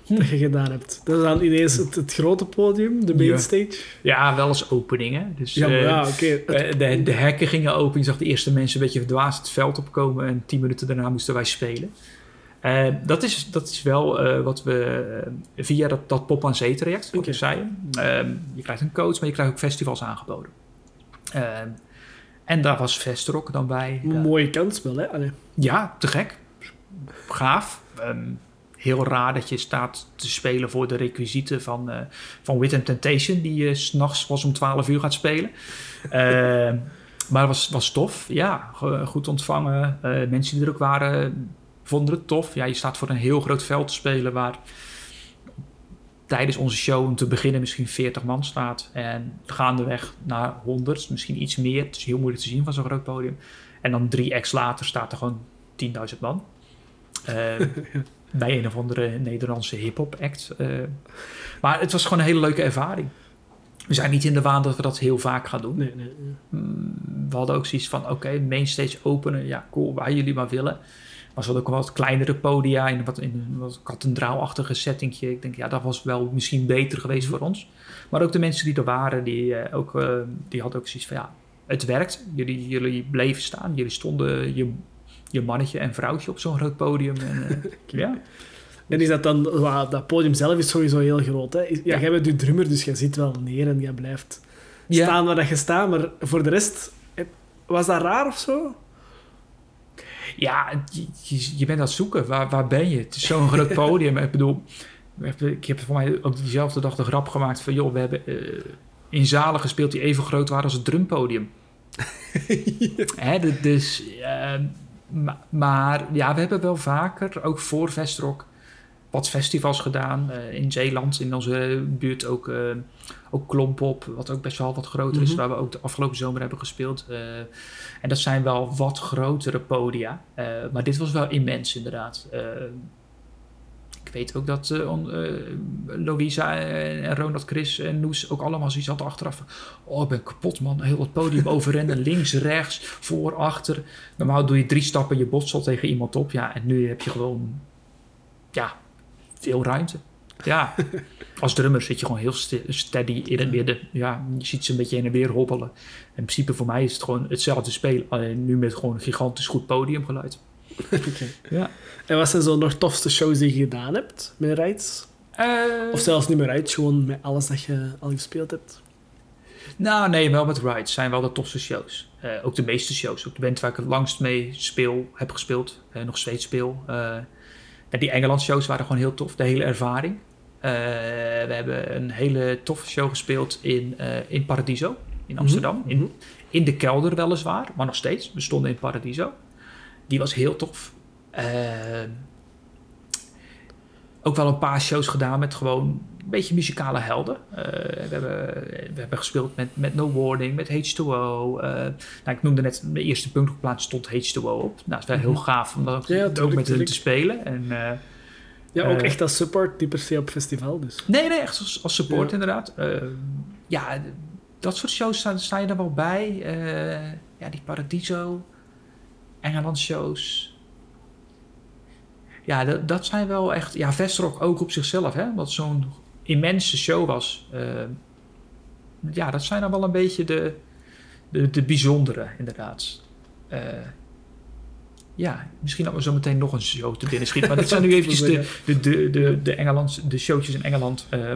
Speaker 1: dat je gedaan hebt. Dat is dan ineens het, het grote podium, de mainstage.
Speaker 2: Ja, wel als openingen. Dus,
Speaker 1: ja, maar
Speaker 2: uh,
Speaker 1: ja, oké. Okay.
Speaker 2: De, de hekken gingen open. Je zag de eerste mensen een beetje verdwaasd het veld opkomen. En tien minuten daarna moesten wij spelen. Uh, dat, is, dat is wel uh, wat we uh, via dat, dat Pop aan Zee traject, wat okay. ik zei. Uh, je krijgt een coach, maar je krijgt ook festivals aangeboden. Uh, en daar was Vestrock dan bij.
Speaker 1: Een mooie kansspel, hè? Allee.
Speaker 2: Ja, te gek. Gaaf. Um, heel raar dat je staat te spelen voor de requisieten van, uh, van Wit and Temptation, die uh, 's nachts was om twaalf uur gaat spelen. Uh, maar het was, was tof. Ja, goed ontvangen. Uh, mensen die er ook waren vonden het tof. Ja, je staat voor een heel groot veld te spelen waar tijdens onze show om te beginnen misschien veertig man staat. En gaandeweg naar honderd, misschien iets meer. Het is heel moeilijk te zien van zo'n groot podium. En dan drie acts later staat er gewoon tienduizend man. Uh, bij een of andere Nederlandse hip-hop act. Uh, maar het was gewoon een hele leuke ervaring. We zijn niet in de waan dat we dat heel vaak gaan doen.
Speaker 1: Nee, nee, nee.
Speaker 2: We hadden ook zoiets van, oké, okay, mainstage openen. Ja, cool, waar jullie maar willen. Maar ze hadden ook een wat kleinere podia in, wat, in een wat kathedraalachtige settingje. Ik denk, ja, dat was wel misschien beter geweest voor ons. Maar ook de mensen die er waren, die, uh, ook, uh, die hadden ook zoiets van, ja, het werkt. Jullie, jullie bleven staan. Jullie stonden je, je mannetje en vrouwtje op zo'n groot podium. En, uh, ja.
Speaker 1: En is dat dan, well, dat podium zelf is sowieso heel groot. Hè? Ja, ja. Jij bent je drummer, dus jij zit wel neer en jij blijft ja. staan waar dat je staat. Maar voor de rest, was dat raar of zo?
Speaker 2: Ja, je, je bent aan het zoeken. Waar, waar ben je? Het is zo'n groot podium. Ik bedoel, ik heb voor mij ook diezelfde dag de grap gemaakt van, joh, we hebben uh, in zalen gespeeld die even groot waren als het drumpodium. ja. Hè, dus, uh, maar, maar ja, we hebben wel vaker, ook voor Vestrock, wat festivals gedaan. Uh, in Zeeland, in onze buurt ook, uh, ook Klompop, wat ook best wel wat groter mm-hmm. is, waar we ook de afgelopen zomer hebben gespeeld. Uh, en dat zijn wel wat grotere podia. Uh, maar dit was wel immens, inderdaad. Uh, ik weet ook dat uh, on, uh, Louisa en Ronald, Chris en Noes ook allemaal zoiets hadden achteraf. Oh, ik ben kapot, man. Heel het podium overrennen. Links, rechts, voor, achter. Normaal doe je drie stappen, je botst al tegen iemand op. Ja, en nu heb je gewoon... Ja, veel ruimte. Ja, als drummer zit je gewoon heel st- steady in het midden. Ja, je ziet ze een beetje heen en weer hobbelen. In principe voor mij is het gewoon hetzelfde spelen. Alleen nu met gewoon een gigantisch goed podiumgeluid.
Speaker 1: Okay. Ja. En wat zijn zo nog tofste shows die je gedaan hebt met Rides? Uh, of zelfs niet meer Rides, gewoon met alles dat je al gespeeld hebt?
Speaker 2: Nou, nee, wel met Rides zijn wel de tofste shows. Uh, ook de meeste shows. Ook de band waar ik het langst mee speel, heb gespeeld. Uh, nog steeds speel. Uh, En die Engeland shows waren gewoon heel tof, de hele ervaring. Uh, we hebben een hele toffe show gespeeld in, uh, in Paradiso, in Amsterdam. Mm-hmm. in, in de kelder weliswaar, maar nog steeds. We stonden in Paradiso. Die was heel tof. Uh, ook wel een paar shows gedaan met gewoon een beetje muzikale helden. Uh, we, hebben, we hebben gespeeld met, met No Warning, met H two O. Uh, nou, ik noemde net, de eerste punkrockplaats stond H two O op. Nou, het is wel heel gaaf om dat ja, ook met hen te spelen. En, uh,
Speaker 1: ja, ook uh, echt als support, niet per se op festival dus.
Speaker 2: Nee, nee, echt als, als support ja. inderdaad. Uh, ja, dat soort shows sta, sta je er wel bij. Uh, ja, die Paradiso, Engeland shows... Ja, dat, dat zijn wel echt... Ja, Vestrock ook op zichzelf, hè. Wat zo'n immense show was. Uh, ja, dat zijn dan wel een beetje de, de, de bijzondere, inderdaad. Uh, ja, misschien dat we zo meteen nog een show te binnen schieten. Maar dit zijn nu eventjes de, de, de, de, de, Engeland, de showtjes in Engeland. Uh, uh,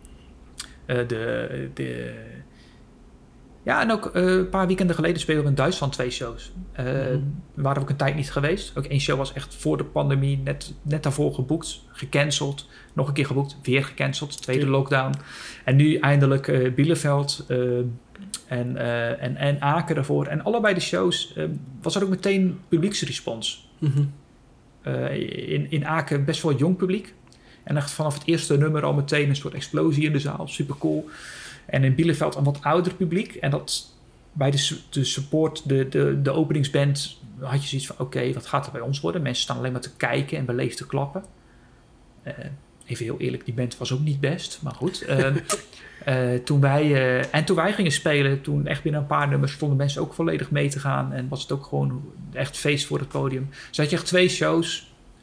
Speaker 2: de... de Ja, en ook uh, een paar weekenden geleden speelden we in Duitsland twee shows. Uh, mm-hmm. Waren we ook een tijd niet geweest. Ook één show was echt voor de pandemie, net, net daarvoor geboekt, gecanceld. Nog een keer geboekt, weer gecanceld, tweede lockdown. En nu eindelijk uh, Bielefeld uh, en, uh, en, en Aken ervoor. En allebei de shows uh, was er ook meteen publieksrespons. Mm-hmm. Uh, in, in Aken best wel jong publiek. En echt vanaf het eerste nummer al meteen een soort explosie in de zaal. Super cool. En in Bielefeld een wat ouder publiek. En dat bij de, de support, de, de, de openingsband, had je zoiets van... Oké, okay, wat gaat er bij ons worden? Mensen staan alleen maar te kijken en beleefd te klappen. Uh, even heel eerlijk, die band was ook niet best. Maar goed. Uh, uh, toen wij, uh, en toen wij gingen spelen, toen echt binnen een paar nummers... stonden mensen ook volledig mee te gaan. En was het ook gewoon echt feest voor het podium. Dus had je echt twee shows...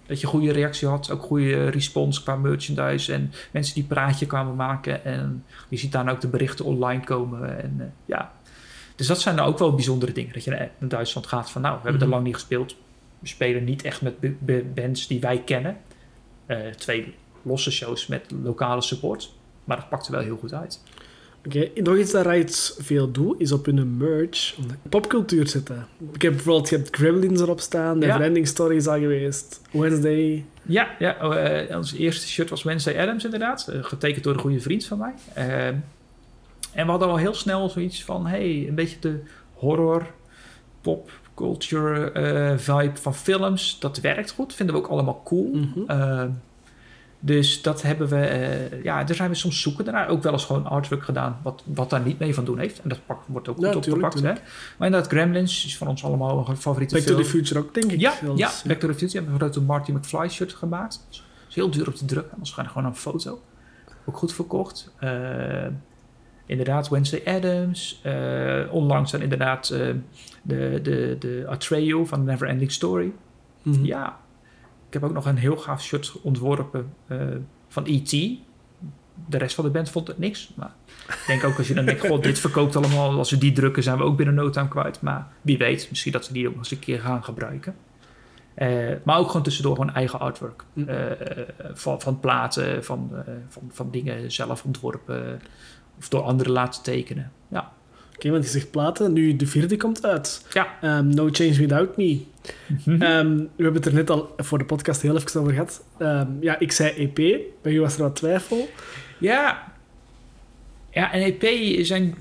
Speaker 2: dat je goede reactie had. Ook goede respons qua merchandise. En mensen die praatje kwamen maken. En je ziet dan ook de berichten online komen. En uh, ja... Dus dat zijn nou ook wel bijzondere dingen. Dat je naar Duitsland gaat van... nou, we hebben
Speaker 1: Mm-hmm.
Speaker 2: er lang niet gespeeld. We spelen niet echt met b- b- bands die wij kennen. Uh, twee losse shows met lokale support. Maar dat pakt er wel heel goed uit.
Speaker 1: Oké, okay, nog iets dat Rides veel doet, is op hun merch popcultuur zetten. Ik heb bijvoorbeeld, je hebt Gremlins erop staan, Neverending ja. Story is al geweest, Wednesday.
Speaker 2: Ja, ja uh, ons eerste shirt was Wednesday Addams inderdaad. Uh, getekend door een goede vriend van mij. Uh, en we hadden al heel snel zoiets van... hey, een beetje de horror, pop, culture uh, vibe van films. Dat werkt goed, vinden we ook allemaal cool.
Speaker 1: Mm-hmm.
Speaker 2: Uh, dus dat hebben we... Uh, ja, daar zijn we soms zoeken daarna. Ook wel eens gewoon artwork gedaan... wat, wat daar niet mee van doen heeft. En dat pak, wordt ook goed ja, opgepakt. Hè? Maar inderdaad, Gremlins is van ons allemaal een favoriete
Speaker 1: Back
Speaker 2: film.
Speaker 1: Back to the Future ook, denk ik.
Speaker 2: Ja,
Speaker 1: zelfs.
Speaker 2: ja, Back to the Future. We hebben een grote Marty McFly shirt gemaakt. Dat is heel duur op te drukken. Anders gaan we gewoon een foto. Ook goed verkocht. Uh, inderdaad, Wednesday Addams. Uh, onlangs dan inderdaad uh, de, de, de Atreyu van Neverending Story. Mm-hmm. Ja. Ik heb ook nog een heel gaaf shirt ontworpen uh, van E T De rest van de band vond het niks. Maar ik denk ook als je dan denkt, god, dit verkoopt allemaal. Als we die drukken, zijn we ook binnen no time kwijt. Maar wie weet, misschien dat we die ook nog eens een keer gaan gebruiken. Uh, maar ook gewoon tussendoor gewoon eigen artwork. Uh, van, van platen, van, uh, van, van dingen zelf ontworpen. Of door anderen laten tekenen. Ja.
Speaker 1: Oké, okay, want je zegt platen. Nu de vierde komt uit.
Speaker 2: Ja.
Speaker 1: Um, No Change Without Me. Mm-hmm. Um, we hebben het er net al voor de podcast heel even over gehad. Um, ja, ik zei E P. Bij u was er wat twijfel.
Speaker 2: Ja. Ja, en E P zijn...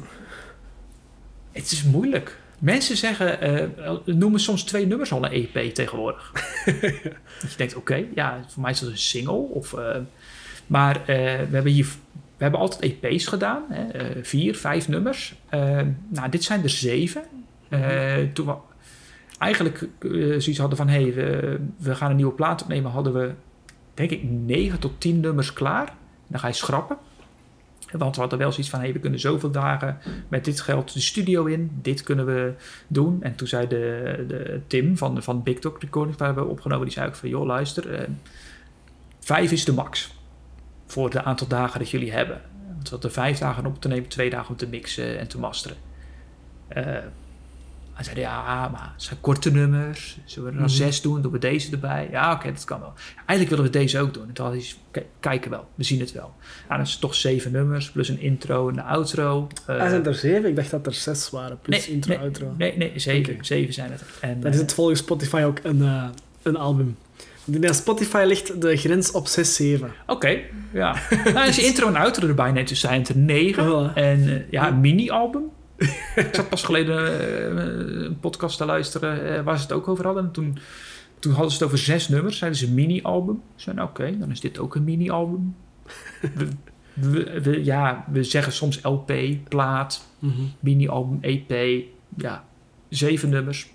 Speaker 2: Het is moeilijk. Mensen zeggen... Uh, noemen soms twee nummers al een E P tegenwoordig. Dat je denkt, oké, okay, ja, voor mij is dat een single. Of, uh, maar uh, we hebben hier... We hebben altijd E P's gedaan. Hè, uh, vier, vijf nummers. Uh, nou, dit zijn er zeven. Uh, toen we eigenlijk uh, zoiets hadden van... hé, hey, we, we gaan een nieuwe plaat opnemen... hadden we, denk ik, negen tot tien nummers klaar. Dan ga je schrappen. Want we hadden wel zoiets van... hé, hey, we kunnen zoveel dagen met dit geld de studio in. Dit kunnen we doen. En toen zei de, de Tim van, van Big Dog Recordings... waar we opgenomen, die zei ook van... joh, luister, uh, vijf is de max... voor het aantal dagen dat jullie hebben. Want we hadden vijf dagen op te nemen, twee dagen om te mixen en te masteren. Uh, hij zei, ja, maar het zijn korte nummers. Zullen we er dan mm-hmm. zes doen? Doen we deze erbij? Ja, oké, okay, dat kan wel. Eigenlijk willen we deze ook doen. En toen had hij, okay, kijken wel, we zien het wel. Nou, dan is het toch zeven nummers, plus een intro en een outro. Uh,
Speaker 1: ah, zijn er zeven? Ik dacht dat er zes waren, plus
Speaker 2: nee,
Speaker 1: intro,
Speaker 2: nee,
Speaker 1: outro.
Speaker 2: Nee, nee, zeven.
Speaker 1: Okay.
Speaker 2: Zeven zijn het. En,
Speaker 1: dan is het volgens Spotify ook een, uh, een album. In Spotify ligt de grens op zes, zeven.
Speaker 2: Oké, okay, ja. Nou, als je intro en outro erbij neemt, dus zijn het er negen. Oh. En uh, ja, een mini-album. Ik zat pas geleden uh, een podcast te luisteren uh, waar ze het ook over hadden. En toen, toen hadden ze het over zes nummers. Zeiden ze een mini-album. Ik zei, nou, oké, okay, dan is dit ook een mini-album. we, we, we, ja, we zeggen soms L P, plaat, mm-hmm. mini-album, E P. Ja, zeven nummers.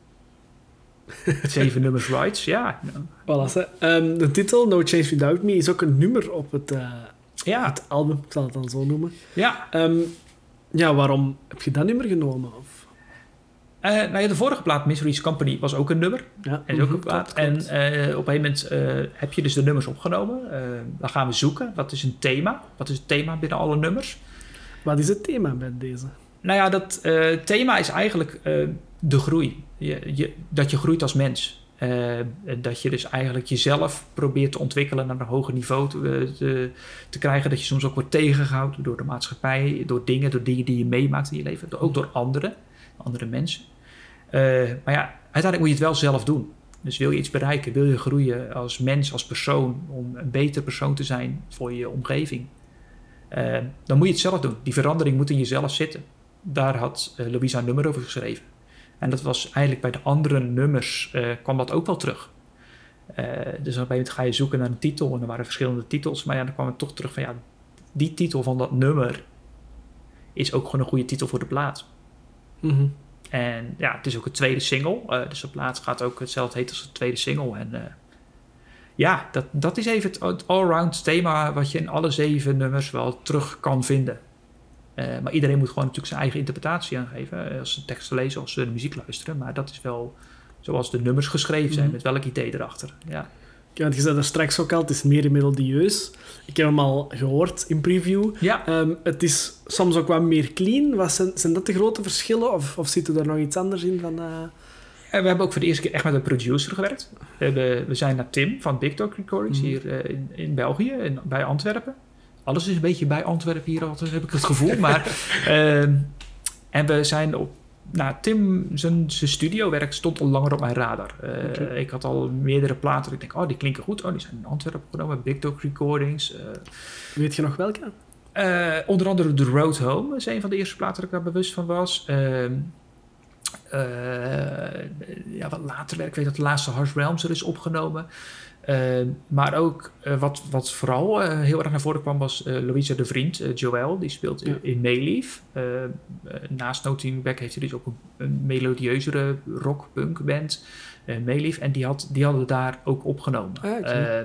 Speaker 2: Zeven nummers rights, ja.
Speaker 1: Voilà, um, de titel No Change Without Me is ook een nummer op het, uh,
Speaker 2: ja.
Speaker 1: het album, ik zal het dan zo noemen.
Speaker 2: Ja.
Speaker 1: Um, ja, waarom heb je dat nummer genomen? Of?
Speaker 2: Uh, nou ja, de vorige plaat, Misery's Company, was ook een nummer.
Speaker 1: Ja,
Speaker 2: en is ook een plaat. En uh, op een gegeven moment uh, heb je dus de nummers opgenomen. Uh, dan gaan we zoeken. Wat is een thema? Wat is het thema binnen alle nummers?
Speaker 1: Wat is het thema bij deze?
Speaker 2: Nou ja, dat uh, thema is eigenlijk uh, de groei. Je, je, dat je groeit als mens. Uh, dat je dus eigenlijk jezelf probeert te ontwikkelen naar een hoger niveau te, te, te krijgen. Dat je soms ook wordt tegengehouden door de maatschappij, door dingen, door dingen die je meemaakt in je leven. Ook door anderen, andere mensen. Uh, maar ja, uiteindelijk moet je het wel zelf doen. Dus wil je iets bereiken, wil je groeien als mens, als persoon, om een beter persoon te zijn voor je omgeving. Uh, dan moet je het zelf doen. Die verandering moet in jezelf zitten. Daar had uh, Louisa een nummer over geschreven. En dat was eigenlijk bij de andere nummers uh, kwam dat ook wel terug. Uh, dus op een gegeven moment ga je zoeken naar een titel. En er waren verschillende titels. Maar ja, dan kwam het toch terug van ja, die titel van dat nummer is ook gewoon een goede titel voor de plaat.
Speaker 1: Mm-hmm.
Speaker 2: En ja, het is ook een tweede single. Uh, dus de plaat gaat ook hetzelfde heet als de tweede single. En uh, ja, dat, dat is even het, het allround thema wat je in alle zeven nummers wel terug kan vinden. Uh, maar iedereen moet gewoon natuurlijk zijn eigen interpretatie aangeven. Als ze teksten lezen of ze de muziek luisteren. Maar dat is wel zoals de nummers geschreven zijn. Mm. Met welk idee erachter. Ja.
Speaker 1: Ja, want je zei er straks ook al, het is meer melodieus. Ik heb hem al gehoord in preview.
Speaker 2: Ja.
Speaker 1: Um, het is soms ook wat meer clean. Wat zijn, zijn dat de grote verschillen? Of, of zit er nog iets anders in? Van, uh...
Speaker 2: En we hebben ook voor de eerste keer echt met een producer gewerkt. We, hebben, we zijn naar Tim van Big Dog Recordings mm. hier uh, in, in België, in, bij Antwerpen. Alles is een beetje bij Antwerpen hier altijd, heb ik het gevoel. maar, uh, en we zijn op... Nou, Tim, zijn, zijn studiowerk stond al langer op mijn radar. Uh, okay. Ik had al meerdere platen. Ik denk, oh, die klinken goed. Oh, die zijn in Antwerpen opgenomen. Big Dog Recordings. Uh,
Speaker 1: Weet je nog welke?
Speaker 2: Uh, onder andere The Road Home is een van de eerste platen dat ik daar bewust van was. Uh, uh, ja, wat later werk. Ik weet dat de laatste Harsh Realms er is opgenomen. Uh, maar ook uh, wat, wat vooral uh, heel erg naar voren kwam was uh, Louisa de Vriend, uh, Joël, die speelt ja. in Mayleaf. Uh, uh, naast No Team Back heeft hij dus ook een, een melodieuzere rock-punk band, uh, Mayleaf. En die, had, die hadden daar ook opgenomen. Ah, okay. uh,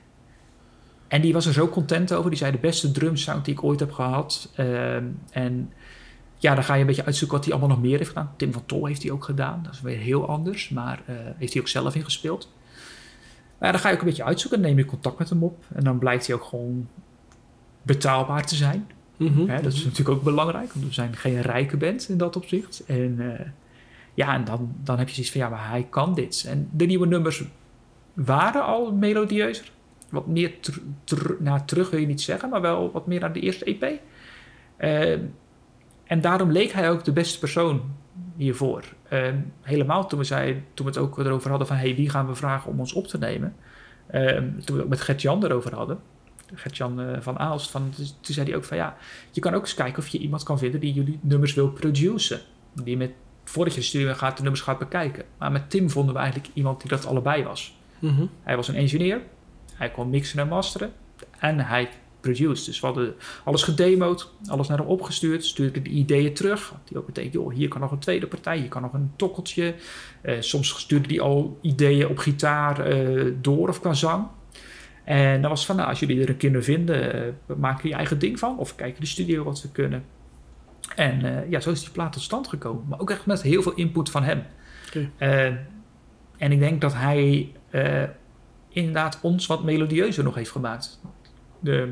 Speaker 2: en die was er zo content over. Die zei de beste drumsound die ik ooit heb gehad. Uh, en ja, dan ga je een beetje uitzoeken wat hij allemaal nog meer heeft gedaan. Tim van Tol heeft hij ook gedaan. Dat is weer heel anders, maar uh, heeft hij ook zelf ingespeeld. Maar dan ga je ook een beetje uitzoeken. Dan neem je contact met hem op. En dan blijkt hij ook gewoon betaalbaar te zijn. Mm-hmm. Hè, dat is natuurlijk ook belangrijk. Want we zijn geen rijke band in dat opzicht. En uh, ja, en dan, dan heb je zoiets van... Ja, maar hij kan dit. En de nieuwe nummers waren al melodieuzer. Wat meer tr- tr- nou, terug wil je niet zeggen. Maar wel wat meer naar de eerste E P. Uh, en daarom leek hij ook de beste persoon hiervoor. Uh, helemaal toen we, zei, toen we het ook erover hadden van... Hey, wie gaan we vragen om ons op te nemen? Uh, toen we het ook met Gert-Jan erover hadden. Gert-Jan uh, van Aalst. Van, toen zei hij ook van ja... Je kan ook eens kijken of je iemand kan vinden die jullie nummers wil produceren. Die met, voordat je de studio gaat, de nummers gaat bekijken. Maar met Tim vonden we eigenlijk iemand die dat allebei was. Mm-hmm. Hij was een engineer. Hij kon mixen en masteren. En hij produced. Dus we hadden alles gedemoed, alles naar hem opgestuurd, stuurde de ideeën terug. Die ook meteen, joh, hier kan nog een tweede partij, hier kan nog een tokkeltje. Uh, soms stuurde hij al ideeën op gitaar uh, door of qua zang. En dan was het van, nou, als jullie er een keer vinden, uh, maak je je eigen ding van. Of kijken de studio wat we kunnen. En uh, ja, zo is die plaat tot stand gekomen. Maar ook echt met heel veel input van hem. Okay. Uh, en ik denk dat hij uh, inderdaad ons wat melodieuzer nog heeft gemaakt. De,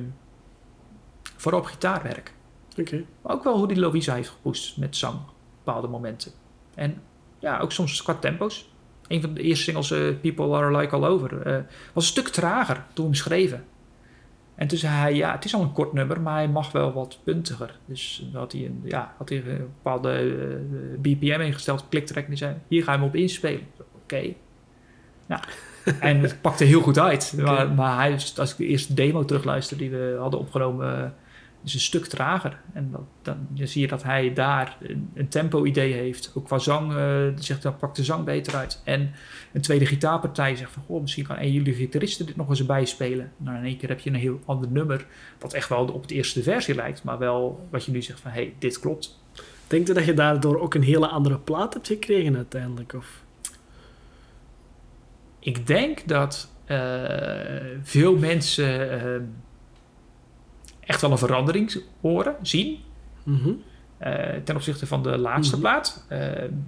Speaker 2: vooral op gitaarwerk.
Speaker 1: Okay. Maar
Speaker 2: ook wel hoe die Louisa heeft gepusht met zang. Bepaalde momenten. En ja, ook soms qua tempo's. Een van de eerste singles, uh, People Are Like All Over, uh, was een stuk trager toen we hem schreven. En toen zei hij, ja, het is al een kort nummer, maar hij mag wel wat puntiger. Dus had hij een, ja, had hij een bepaalde uh, B P M ingesteld, kliktrek, en die zei, hier ga je hem op inspelen. Oké. Okay. Nou, en het pakte heel goed uit. Okay. Maar, maar hij, als ik de eerste demo terugluister die we hadden opgenomen, uh, is een stuk trager. En dat, dan, dan zie je dat hij daar een, een tempo-idee heeft. Ook qua zang, uh, zegt dan pakt de zang beter uit. En een tweede gitaarpartij zegt van, goh, misschien kan een jullie gitaristen dit nog eens bijspelen. Nou, in één keer heb je een heel ander nummer, wat echt wel op de eerste versie lijkt, maar wel wat je nu zegt van, hé, hey, dit klopt.
Speaker 1: Denk je dat je daardoor ook een hele andere plaat hebt gekregen uiteindelijk? Of?
Speaker 2: Ik denk dat uh, veel mensen uh, echt wel een verandering horen, zien. Mm-hmm. Uh, ten opzichte van de laatste mm-hmm. plaat. Uh,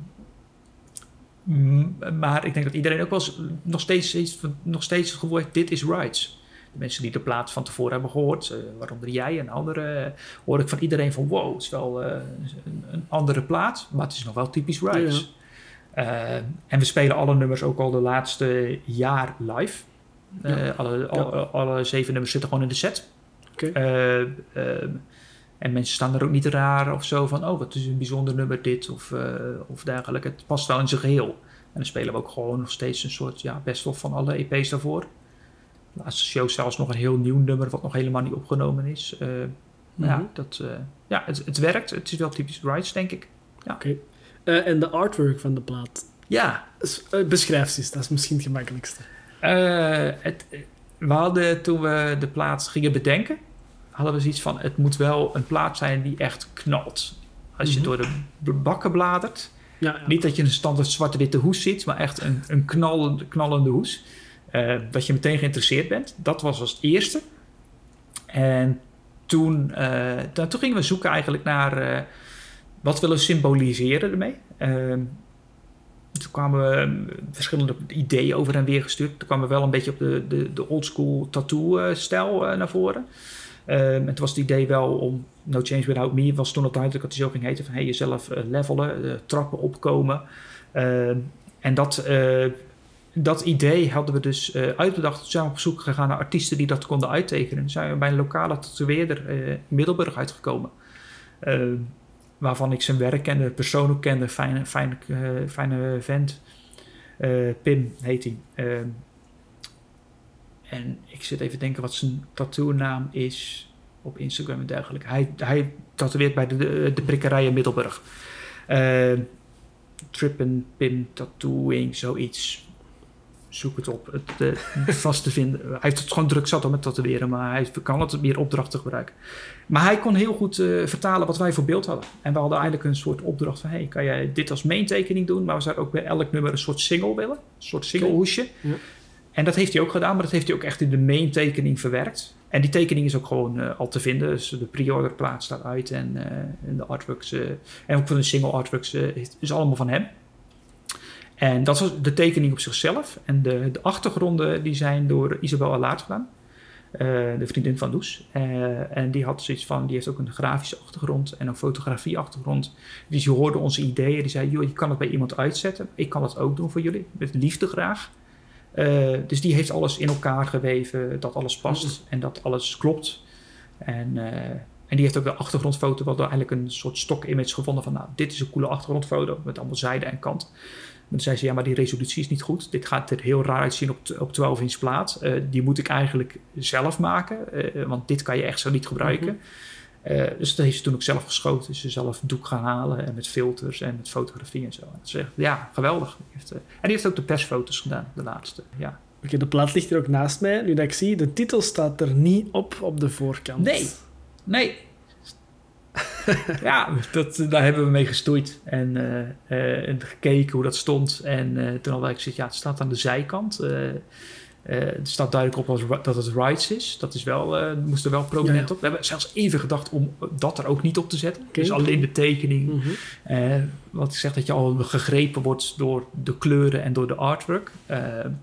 Speaker 2: m- maar ik denk dat iedereen ook wel eens, nog, steeds, nog steeds het gevoel heeft, dit is Rights. De mensen die de plaat van tevoren hebben gehoord, uh, waaronder jij en anderen, uh, hoor ik van iedereen van wow, het is wel uh, een, een andere plaat, maar het is nog wel typisch Rights. Ja. Uh, en we spelen alle nummers ook al de laatste jaar live. Uh, ja. alle, ja. alle, alle zeven nummers zitten gewoon in de set. Okay. Uh, uh, en mensen staan er ook niet raar of zo van, oh, wat is een bijzonder nummer dit of, uh, of dergelijke. Het past wel in zijn geheel. En dan spelen we ook gewoon nog steeds een soort ja, best-of van alle E P's daarvoor. De laatste show zelfs nog een heel nieuw nummer wat nog helemaal niet opgenomen is. Uh, mm-hmm. Ja, dat, uh, ja het, het werkt. Het is wel typisch Rights, denk ik. Ja.
Speaker 1: Oké. Okay. Uh, en de artwork van de plaat.
Speaker 2: Ja.
Speaker 1: Uh, beschrijf ze eens, dat is misschien het gemakkelijkste.
Speaker 2: Uh, het, we hadden toen we de plaat gingen bedenken, hadden we zoiets van, het moet wel een plaat zijn die echt knalt. Als je mm-hmm. door de bakken bladert, ja, ja. Niet dat je een standaard zwarte-witte hoes ziet, maar echt een, een knallende, knallende hoes. Uh, dat je meteen geïnteresseerd bent. Dat was als eerste. En toen, uh, toen, toen gingen we zoeken eigenlijk naar... Uh, wat willen we symboliseren ermee? Uh, toen kwamen we verschillende ideeën over en weer gestuurd. Toen kwamen we wel een beetje op de, de, de oldschool tattoo-stijl uh, naar voren. Uh, en toen was het idee wel om No Change Without Me, was toen al duidelijk dat hij zo ging heten, van hey, jezelf uh, levelen, uh, trappen opkomen. Uh, en dat, uh, dat idee hadden we dus uh, uitbedacht. Toen zijn we op zoek gegaan naar artiesten die dat konden uittekenen. Toen zijn we bij een lokale tatoeëerder uh, in Middelburg uitgekomen. Uh, waarvan ik zijn werk kende, persoonlijk kende, fijne, fijne, uh, fijne vent. Uh, Pim heet hij. Uh, en ik zit even te denken wat zijn tattoo-naam is op Instagram en dergelijke. Hij, hij tatoeëert bij de, de, de prikkerij in Middelburg. Uh, Trip and Pim Tattooing, zoiets. Zoek het op. Het uh, vast te vinden. Hij heeft het gewoon druk zat om het tatoeëren, maar hij kan het meer opdrachten gebruiken. Maar hij kon heel goed uh, vertalen wat wij voor beeld hadden. En we hadden eigenlijk een soort opdracht van, hey, kan jij dit als maintekening doen? Maar we zouden ook bij elk nummer een soort single willen. Een soort single hoesje. Ja. En dat heeft hij ook gedaan, maar dat heeft hij ook echt in de maintekening verwerkt. En die tekening is ook gewoon uh, al te vinden. Dus de pre-order plaat staat uit en, uh, en de artworks, uh, en ook van de single artworks, uh, is allemaal van hem. En dat was de tekening op zichzelf. En de, de achtergronden die zijn door Isabel Allaert gedaan. Uh, de vriendin van Loes. Uh, en die had zoiets van, die heeft ook een grafische achtergrond en een fotografie-achtergrond. Dus die hoorde onze ideeën. Die zei, joh, je kan het bij iemand uitzetten. Ik kan dat ook doen voor jullie. Met liefde graag. Uh, dus die heeft alles in elkaar geweven, dat alles past en dat alles klopt. En, uh, en die heeft ook de achtergrondfoto, wel eigenlijk een soort stock-image gevonden van, nou, dit is een coole achtergrondfoto met allemaal zijde en kant. Dan zei ze, ja, maar die resolutie is niet goed. Dit gaat er heel raar uitzien op, op twaalf inch plaat. Uh, die moet ik eigenlijk zelf maken, uh, want dit kan je echt zo niet gebruiken. Mm-hmm. Uh, dus dat heeft ze toen ook zelf geschoten. Dus ze zelf doek gaan halen en met filters en met fotografie en zo. En dat is echt, ja, geweldig. Die heeft, uh, en die heeft ook de persfoto's gedaan, de laatste. Ja.
Speaker 1: Oké, okay, de plaat ligt hier ook naast mij. Nu dat ik zie, de titel staat er niet op op de voorkant.
Speaker 2: Nee, nee. Ja, dat, daar hebben we mee gestoeid en, uh, uh, en gekeken hoe dat stond. En uh, toen hadden we gezegd, ja, het staat aan de zijkant. Uh, uh, het staat duidelijk op als, dat het rights is. Dat is wel, uh, moest er wel prominent ja, ja. op. We hebben zelfs even gedacht om dat er ook niet op te zetten. Okay. Dus alleen de tekening. Mm-hmm. Uh, wat ik zeg, dat je al gegrepen wordt door de kleuren en door de artwork. Uh,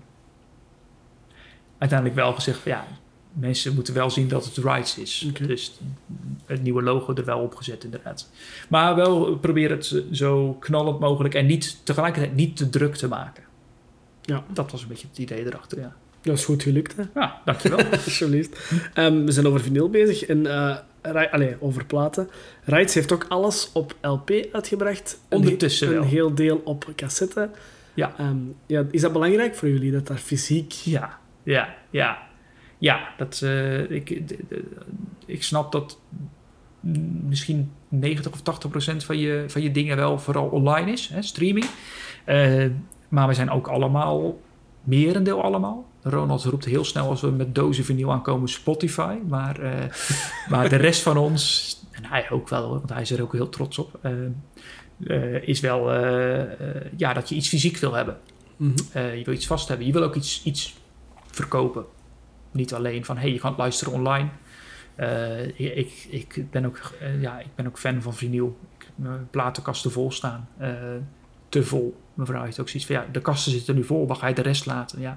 Speaker 2: uiteindelijk wel gezegd van ja, mensen moeten wel zien dat het rights is. Okay. Dus het nieuwe logo er wel op gezet inderdaad. Maar wel proberen het zo knallend mogelijk en niet tegelijkertijd niet te druk te maken. Ja. Dat was een beetje het idee erachter, ja.
Speaker 1: Dat is goed gelukt, hè?
Speaker 2: Ja, dankjewel.
Speaker 1: Alsjeblieft. Um, we zijn over vinyl bezig en uh, Ra- allez, over platen. Rights heeft ook alles op L P uitgebracht.
Speaker 2: Ondertussen
Speaker 1: een,
Speaker 2: wel.
Speaker 1: Een heel deel op cassette.
Speaker 2: Ja.
Speaker 1: Um, ja. Is dat belangrijk voor jullie, dat daar fysiek...
Speaker 2: Ja, ja, ja. Ja, dat, uh, ik, de, de, ik snap dat misschien negentig of tachtig procent van je, van je dingen wel vooral online is, hè, streaming. Uh, maar we zijn ook allemaal, merendeel allemaal. Ronald roept heel snel als we met dozen vinyl aankomen Spotify. Maar, uh, maar de rest van ons, en hij ook wel hoor, want hij is er ook heel trots op, uh, uh, is wel uh, uh, ja, dat je iets fysiek wil hebben. Mm-hmm. Uh, je wil iets vast hebben. Je wil ook iets, iets verkopen. Niet alleen van, hey, je kan luisteren online. Uh, ik, ik, ben ook, uh, ja, ik ben ook fan van vinyl. Ik, mijn platenkasten vol staan. Uh, te vol. Mevrouw heeft ook zoiets van, ja, de kasten zitten nu vol. Waar ga je de rest laten? Ja.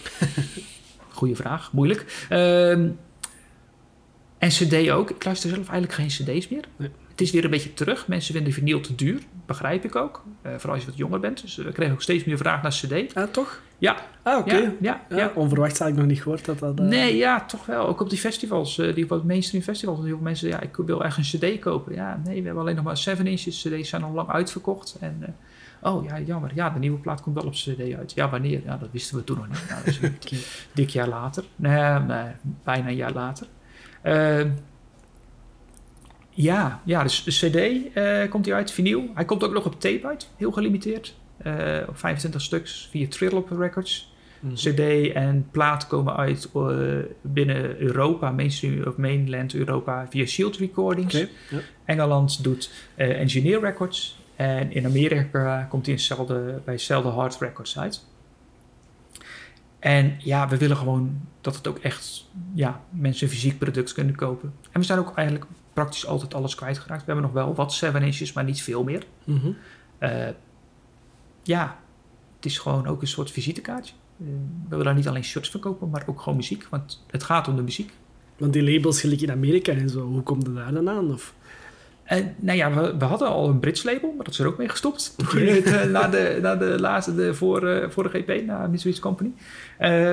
Speaker 2: Goeie vraag. Moeilijk. Uh, en cd ook. Ik luister zelf eigenlijk geen cd's meer. Nee. Het is weer een beetje terug. Mensen vinden vinyl te duur. Begrijp ik ook. Uh, vooral als je wat jonger bent. Dus we kregen ook steeds meer vraag naar cd.
Speaker 1: Ah, toch?
Speaker 2: Ja.
Speaker 1: Ah, oké. Okay.
Speaker 2: Ja, ja,
Speaker 1: ja,
Speaker 2: ja.
Speaker 1: Onverwachts had ik nog niet gehoord dat dat... Uh...
Speaker 2: Nee, ja, toch wel. Ook op die festivals. Uh, die wat mainstream festivals. Heel veel mensen, ja, ik wil echt een cd kopen. Ja, nee, we hebben alleen nog maar seven inches. cd's zijn al lang uitverkocht. En... Uh, oh, ja, jammer. Ja, de nieuwe plaat komt wel op cd uit. Ja, wanneer? Ja, dat wisten we toen nog niet. Nou, dat is een dik, dik jaar later. Nee, nee, bijna een jaar later. Uh, ja, ja, dus de cd uh, komt hij uit, vinyl. Hij komt ook nog op tape uit, heel gelimiteerd. Uh, op vijfentwintig stuks via Trillop Records. Mm-hmm. cd en plaat komen uit uh, binnen Europa, mainstream of mainland Europa, via Shield Recordings. Okay, yeah. Engeland doet uh, Engineer Records. En in Amerika komt hij hetzelfde, bij hetzelfde Hard Records uit. En ja, we willen gewoon dat het ook echt ja, mensen een fysiek product kunnen kopen. En we zijn ook eigenlijk praktisch altijd alles kwijtgeraakt. We hebben nog wel wat seven inches, maar niet veel meer. Mm-hmm. Uh, ja, het is gewoon ook een soort visitekaartje. Uh, we willen daar niet alleen shirts verkopen, maar ook gewoon muziek. Want het gaat om de muziek.
Speaker 1: Want die labels gelijk in Amerika en zo, hoe komt het daar dan aan? Of?
Speaker 2: En, nou ja, we, we hadden al een Brits label, maar dat is er ook mee gestopt. Okay. na, de, na de laatste, de voor, uh, vorige E P, na Mitsubishi Company. Uh,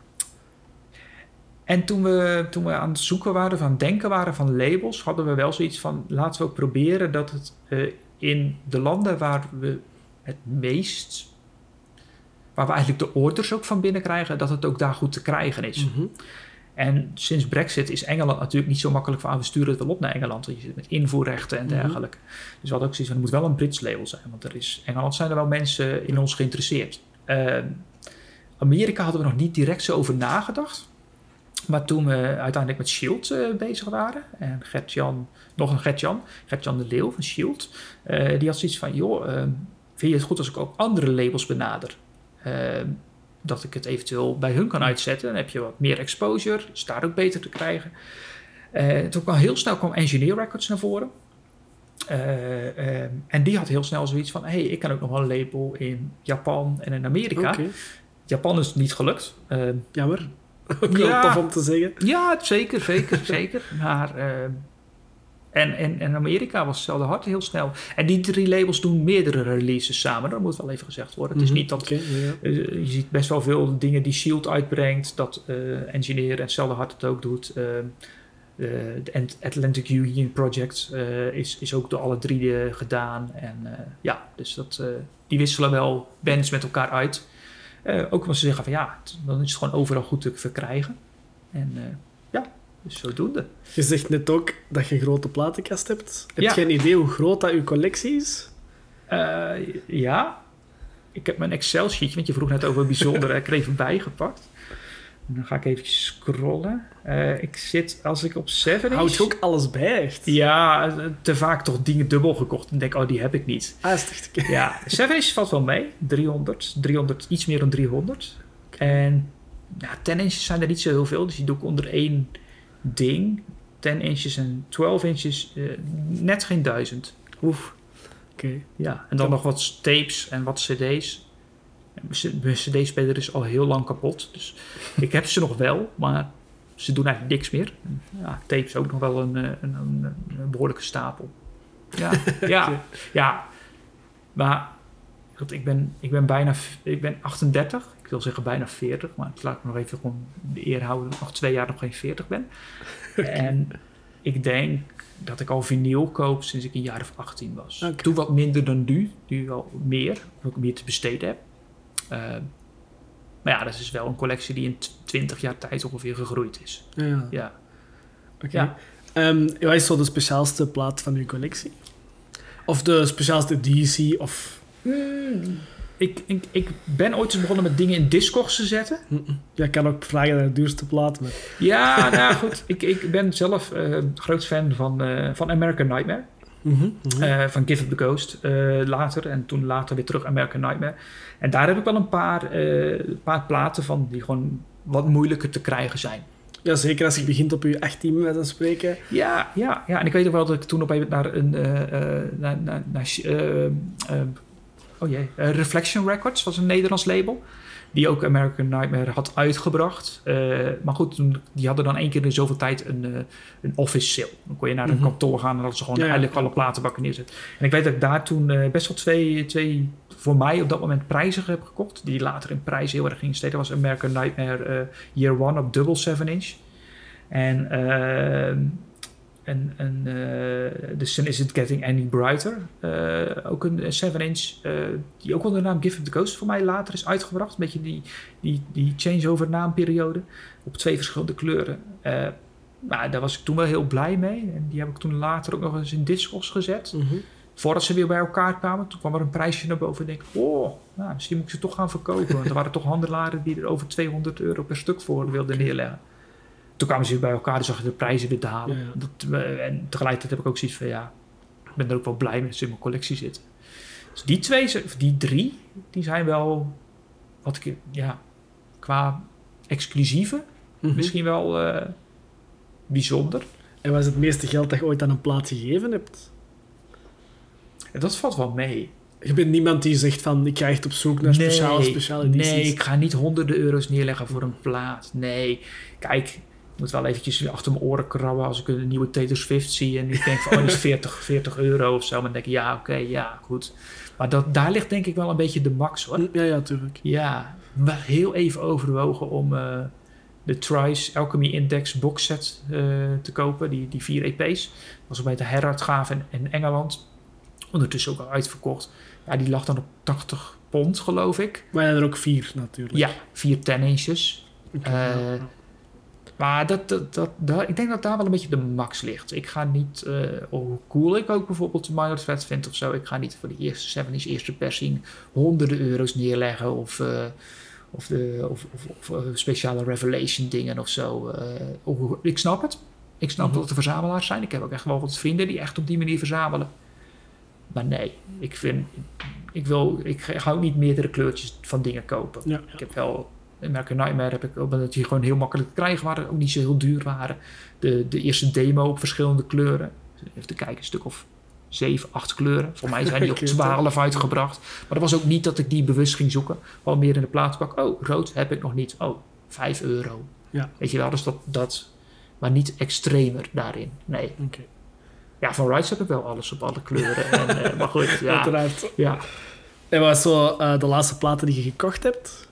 Speaker 2: en toen we, toen we aan het zoeken waren, van denken waren van labels, hadden we wel zoiets van, laten we ook proberen dat het uh, in de landen waar we het meest, waar we eigenlijk de orders ook van binnenkrijgen, dat het ook daar goed te krijgen is.
Speaker 1: Mm-hmm.
Speaker 2: En sinds Brexit is Engeland natuurlijk niet zo makkelijk van, ah, we sturen het wel op naar Engeland, want je zit met invoerrechten en dergelijke. Mm-hmm. Dus we hadden ook zoiets van, het moet wel een Brits label zijn, want er is, Engeland zijn er wel mensen in ons geïnteresseerd. Uh, Amerika hadden we nog niet direct zo over nagedacht. Maar toen we uiteindelijk met Shield uh, bezig waren, en Gert-Jan, nog een Gert-Jan, Gert-Jan de Leeuw van Shield, uh, die had zoiets van, joh, uh, vind je het goed als ik ook andere labels benader? Uh, dat ik het eventueel bij hun kan uitzetten. Dan heb je wat meer exposure, is daar ook beter te krijgen. Uh, toen kwam heel snel kwam Engineer Records naar voren. Uh, uh, en die had heel snel zoiets van, hé, hey, ik kan ook nog wel een label in Japan en in Amerika.
Speaker 1: Okay.
Speaker 2: Japan is niet gelukt. Uh,
Speaker 1: Jammer. Ook wel
Speaker 2: ja,
Speaker 1: tof om te zeggen.
Speaker 2: Ja, zeker, zeker, zeker. Maar, uh, en, en, en Amerika was hetzelfde hard heel snel. En die drie labels doen meerdere releases samen. Dat moet wel even gezegd worden. Mm-hmm. Het is niet dat... Okay, ja. uh, je ziet best wel veel dingen die Shield uitbrengt. Dat uh, Engineer en hetzelfde hard het ook doet. Uh, de uh, Atlantic Union Project uh, is, is ook door alle drie uh, gedaan. En uh, ja, dus dat, uh, die wisselen wel bands met elkaar uit. Uh, ook omdat ze zeggen van ja, t- dan is het gewoon overal goed te verkrijgen. En uh, ja, dus zodoende.
Speaker 1: Je zegt net ook dat je een grote platenkast hebt. Heb
Speaker 2: ja.
Speaker 1: je een idee hoe groot dat uw collectie is?
Speaker 2: Uh, ja, ik heb mijn Excel-sheetje, want je vroeg net over bijzondere, ik heb er even bijgepakt. En dan ga ik even scrollen. Uh, ik zit, als ik op zeven inch...
Speaker 1: Houd je ook alles bij, echt?
Speaker 2: Ja, te vaak toch dingen dubbel gekocht. En denk, oh, die heb ik niet.
Speaker 1: Ah, is echt oké.
Speaker 2: Ja, zeven inch valt wel mee. driehonderd, driehonderd, iets meer dan driehonderd. En ja, tien inches zijn er niet zo heel veel. Dus die doe ik onder één ding. tien inches en twaalf inches, uh, net geen duizend.
Speaker 1: Oef. Oké. Okay.
Speaker 2: Ja, en dan nog wat tapes en wat cd's. Mijn cd-speler is al heel lang kapot. Dus ik heb ze nog wel, maar ze doen eigenlijk niks meer. Ja, tapes ook nog wel een, een, een, een behoorlijke stapel. Ja, ja, okay. ja. Maar goed, ik, ben, ik ben bijna ik ben achtendertig. Ik wil zeggen bijna veertig, maar ik laat ik nog even gewoon de eer houden dat ik nog twee jaar nog geen veertig ben. Okay. En ik denk dat ik al vinyl koop sinds ik een jaar of achttien was. Okay. Toen wat minder dan nu, nu wel meer, omdat ik meer te besteden heb. Uh, maar ja, dat is wel een collectie die in twintig jaar tijd ongeveer gegroeid is.
Speaker 1: Ja.
Speaker 2: ja.
Speaker 1: Oké. Okay. Ja. Um, wat is zo de speciaalste plaat van uw collectie? Of de speciaalste editie? Of...
Speaker 2: Mm, ik, ik, ik ben ooit eens begonnen met dingen in Discogs te zetten.
Speaker 1: Mm-mm. Ja, ik kan ook vragen naar de duurste plaat. Maar...
Speaker 2: Ja, nou goed. ik, ik ben zelf uh, groot fan van, uh, van American Nightmare.
Speaker 1: Mm-hmm, mm-hmm.
Speaker 2: Uh, van Give Up the Ghost uh, later. En toen later weer terug American Nightmare. En daar heb ik wel een paar, uh, paar platen van die gewoon wat moeilijker te krijgen zijn.
Speaker 1: Ja, zeker als je begint op je achttien met een spreken.
Speaker 2: Ja, ja, ja, en ik weet ook wel dat ik toen op een naar een... Uh, uh, naar, naar, naar, uh, uh, oh jee, uh, Reflection Records was een Nederlands label. Die ook American Nightmare had uitgebracht. Uh, maar goed, die hadden dan één keer in zoveel tijd een, uh, een office sale. Dan kon je naar een mm-hmm. kantoor gaan en dat ze gewoon ja, eigenlijk ja. alle platenbakken neerzetten. En ik weet dat ik daar toen uh, best wel twee, twee voor mij op dat moment prijzig heb gekocht. Die later in prijs heel erg gingen steken. Dat was American Nightmare uh, Year One op dubbel seven inch. En... Uh, En, en uh, The Sun Isn't Getting Any Brighter. Uh, ook een seven inch. Uh, die ook onder de naam Give Up the Ghost voor mij later is uitgebracht. Een beetje die, die, die changeover naamperiode. Op twee verschillende kleuren. Uh, nou, daar was ik toen wel heel blij mee. En die heb ik toen later ook nog eens in Discogs gezet.
Speaker 1: Mm-hmm.
Speaker 2: Voordat ze weer bij elkaar kwamen. Toen kwam er een prijsje naar boven. En ik denk, oh, nou, misschien moet ik ze toch gaan verkopen. Want er waren toch handelaren die er over tweehonderd euro per stuk voor wilden neerleggen. Toen kwamen ze weer bij elkaar en zag je de prijzen weer dalen. Ja, ja. Dat, en tegelijkertijd heb ik ook zoiets van, ja, ik ben er ook wel blij mee dat ze in mijn collectie zitten. Dus die twee, die drie, die zijn wel, wat ik, ja, qua exclusieve, mm-hmm. misschien wel uh, bijzonder.
Speaker 1: En wat is het meeste geld dat je ooit aan een plaat gegeven hebt?
Speaker 2: Ja, dat valt wel mee.
Speaker 1: Je bent niemand die zegt van, ik ga echt op zoek naar speciale,
Speaker 2: nee,
Speaker 1: speciale edities.
Speaker 2: Nee, ik ga niet honderden euro's neerleggen voor een plaat. Nee, kijk, ik moet wel eventjes achter mijn oren krabben als ik een nieuwe Taylor Swift zie en ik denk van, oh, die is veertig, veertig euro of zo. Maar dan denk ik, ja, oké, okay, ja, goed. Maar dat, daar ligt denk ik wel een beetje de max, hoor.
Speaker 1: Ja, ja, tuurlijk.
Speaker 2: Ja, wel heel even overwogen om uh, de Trice Alchemy Index box set uh, te kopen. Die, die vier E P's. Dat was bij de heruitgave in, in Engeland. Ondertussen ook al uitverkocht. Ja, die lag dan op tachtig pond, geloof ik.
Speaker 1: Maar er ook vier natuurlijk.
Speaker 2: Ja, vier ten inches.
Speaker 1: Okay,
Speaker 2: uh, ja. Maar dat, dat, dat, dat, ik denk dat daar wel een beetje de max ligt. Ik ga niet, uh, hoe cool ik ook bijvoorbeeld de Minor Threat vind of zo. Ik ga niet voor de eerste seventies eerste persing honderden euro's neerleggen. Of, uh, of, de, of, of, of uh, speciale Revelation dingen of zo. Uh, of, ik snap het. Ik snap mm-hmm. dat er verzamelaars zijn. Ik heb ook echt wel wat vrienden die echt op die manier verzamelen. Maar nee, ik vind... Ik, wil, ik ga ook niet meerdere kleurtjes van dingen kopen. Ja, ja. Ik heb wel... In American Nightmare heb ik ook dat die gewoon heel makkelijk te krijgen waren. Ook niet zo heel duur waren. De, de eerste demo op verschillende kleuren. Even te kijken, een stuk of zeven, acht kleuren. Voor mij zijn die op twaalf uitgebracht. Maar dat was ook niet dat ik die bewust ging zoeken. Wel meer in de plaatbak. Oh, rood heb ik nog niet. Oh, vijf euro. Ja. Weet je wel, dus dat, dat... Maar niet extremer daarin. Nee.
Speaker 1: Okay.
Speaker 2: Ja, van Rides heb ik wel alles op alle kleuren. en, uh, maar goed, ja.
Speaker 1: Uiteraard.
Speaker 2: Ja.
Speaker 1: En wat is zo uh, de laatste platen die je gekocht hebt?